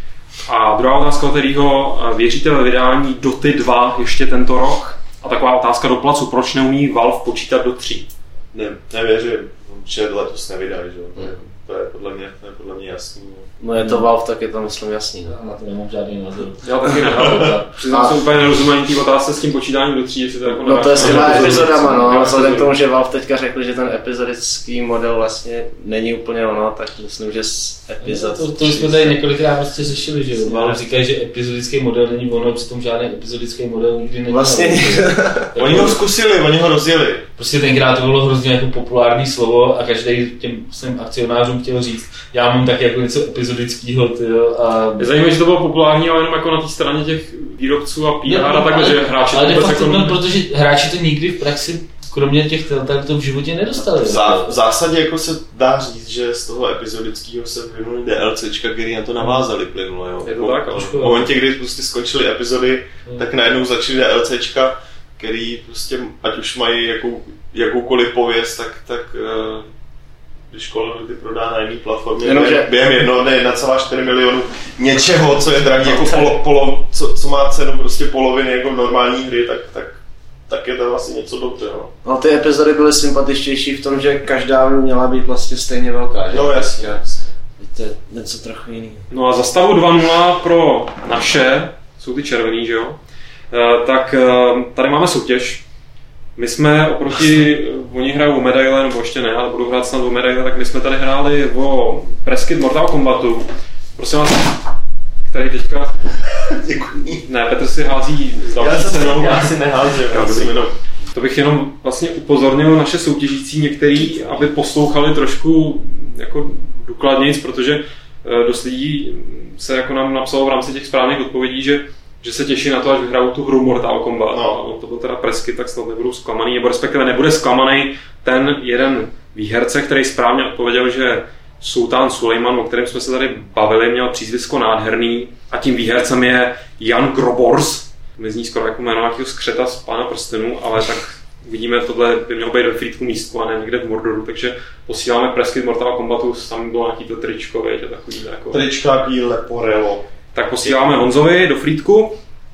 S1: A druhá otázka, kterýho: věříte ve vydání Doty dva ještě tento rok? A taková otázka do placu: proč neumí Valve počítat do tří?
S2: Ne, nevěřím, že letos nevydají, že? To, je, to je podle mě, to je podle mě jasný.
S3: No je to Valve, tak je to myslím jasný.
S4: No. Na to nemám žádný názor.
S1: Já taky nemám. Přiznám se úplně nerozumím té otázce s tím počítáním do tří, jestli to jako
S3: no to je s těma epizodama, no, ale vzhledem k tomu, že Valve teďka řekli, že ten epizodický model vlastně není úplně ono, tak myslím, že s epizod...
S4: To, to jsme tady několikrát prostě řešili, že Valve říkají, že epizodický model není ono, přitom žádný epizodický model nikdy není.
S3: Vlastně
S2: oni ho zkusili, oni ho rozjeli.
S4: Prostě tenkrát to bylo hrozně jako populární slovo a každý těm svým akcionářům chtěl říct, já mám tak jako něco epizodického, tyjo, a...
S1: Je zajímavé, že to bylo populární, ale jenom jako na té straně těch výrobců a P R a takhle, že hráči...
S4: Ale de facto, jako... protože hráči to nikdy v praxi, kromě těch Telltale, to v životě nedostali.
S2: V, zá, v zásadě jako se dá říct, že z toho epizodického se vyvinuli DLCčka, který na to navázali plynulo, jo.
S1: Je to tak, ale...
S2: V momentě, kdy prostě skončily epizody, hmm. tak najednou začaly DLCčka, který prostě, ať už mají jakou, jakoukoliv pověst, tak, tak uh, když Call of Duty prodá na jiný platformě
S3: Jenom, že...
S2: během jednoho dne jedna celá čtyři milionu něčeho, co je drahý, jako polo, polo, co, co má cenu prostě poloviny jako normální hry, tak, tak, tak je to vlastně něco dobře. No.
S3: No ty epizody byly sympatičtější v tom, že každá by měla být vlastně stejně velká, že?
S2: No jasně, jasně.
S3: Víte, něco trochu jiný.
S1: No a za stavu dva nula pro naše, jsou ty červený, že jo? Uh, tak uh, tady máme soutěž. My jsme oproti, oni hrajou o medaile, nebo ještě ne, ale budou hrát snad o medaile, tak my jsme tady hráli o press kit Mortal Kombatu. Prosím vás, který teďka...
S2: Děkuji.
S1: Ne, Petr si hází s další cenou.
S2: Já si neházím, já si jenom...
S1: To bych jenom vlastně upozornil naše soutěžící některý, aby poslouchali trošku jako důkladnějc, protože dost lidí se jako nám napsalo v rámci těch správných odpovědí, že že se těší na to, až vyhrajou tu hru Mortal Kombat. No. To byl teda presky, tak snad nebudou zklamaný, nebo respektive nebude zklamaný ten jeden výherce, který správně odpověděl, že Sultán Sulejman, o kterém jsme se tady bavili, měl přízvisko nádherný a tím výhercem je Jan Grobors. Mi zní skoro jako jméno nějakého skřeta z Pána prstenů, ale tak vidíme, tohle by mělo být ve Frýdku místku a ne někde v Mordoru, takže posíláme presky Mortal Kombatu, tam bylo nějaký to tričko, věď, a takový jako...
S2: Trička, takový leporelo.
S1: Tak posíláme Honzovi do Frýdku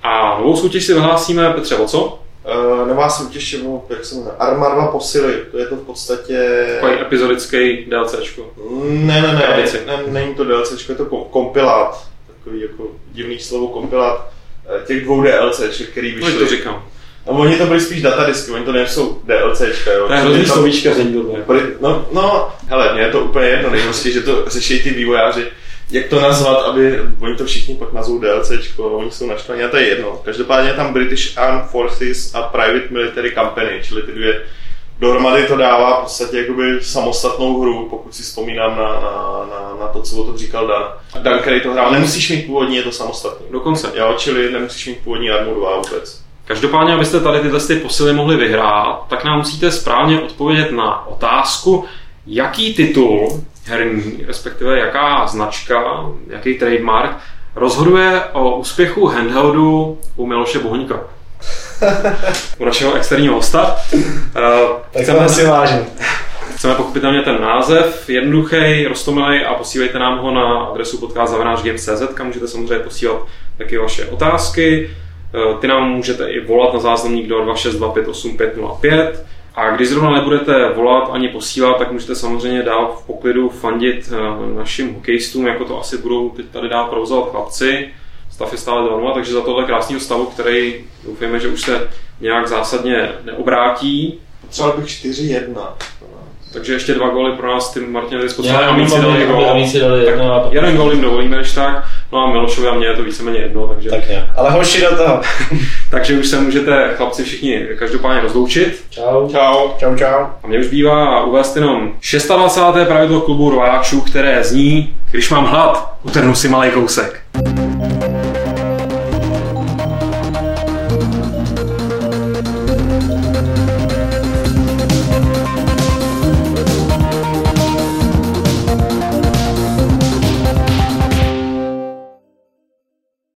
S1: A novou soutěž si vyhlásíme, Petře, o co?
S2: Uh, nová soutěž je, jak se jmenuje, Arma dva posily, to je to v podstatě...
S1: Takový epizodický DLCčko.
S2: Ne, ne, ne, ne, není to DLCčko, je to kompilát, takový jako divný slovo kompilát těch dvou DLCček, který vyšly.
S1: No, to říkám.
S2: No, oni to byli spíš datadisky, oni to nejsou DLCčka, jo.
S1: To je hrozný slovíčkaření tohle.
S2: No, no, hele, mně je to úplně jedno, nejhorší, že to řeší ty vývojáři. Jak to nazvat, aby oni to všichni pak nazvou DLCčko, oni jsou naštvaní a to je jedno. Každopádně je tam British Armed Forces a Private Military Company, čili ty dvě dohromady to dává v podstatě jakoby samostatnou hru, pokud si vzpomínám na, na, na, na to, co o tom říkal Dan. Dan, který to hrál, nemusíš mít původní, je to samostatný.
S1: Dokonce.
S2: Jo, čili nemusíš mít původní Armu dva vůbec.
S1: Každopádně, abyste tady tyhle ty posily mohli vyhrát, tak nám musíte správně odpovědět na otázku, jaký titul herní, respektive jaká značka, jaký trademark rozhoduje o úspěchu handheldu u Miloše Bohuňka. U našeho externího hosta.
S3: Tak chceme si vážím.
S1: Chceme pochopitelně ten název, jednoduchý, roztomilej a posílejte nám ho na adresu podcast zavináč games tečka cé zet, kam můžete samozřejmě posílat taky vaše otázky. Ty nám můžete i volat na záznamník do dva šest dva pět osm pět nula pět. A když zrovna nebudete volat ani posílat, tak můžete samozřejmě dál v poklidu fandit našim hokejistům, jako to asi budou teď tady dál provozovat chlapci. Stav je stále dva nula, takže za tohle krásného stavu, který doufejme, že už se nějak zásadně neobrátí.
S2: Potřeboval bych čtyři jedna.
S1: Takže ještě dva góly pro nás, ty Martin tady spočítali,
S4: Já,
S1: a míci dali gól.
S4: jedno.
S1: Jeden gól jim dovolíme, než tak. No a Milošovi a mně je to víceméně jedno, takže...
S3: Tak je. Ale hoši do toho.
S1: Takže už se můžete, chlapci, všichni každopádně rozloučit.
S4: Čau.
S2: Čau.
S3: Čau, čau.
S1: A mě už bývá uvést jenom dvacáté šesté pravidlo klubu rváčů, které zní: když mám hlad, utrhnu si malej kousek.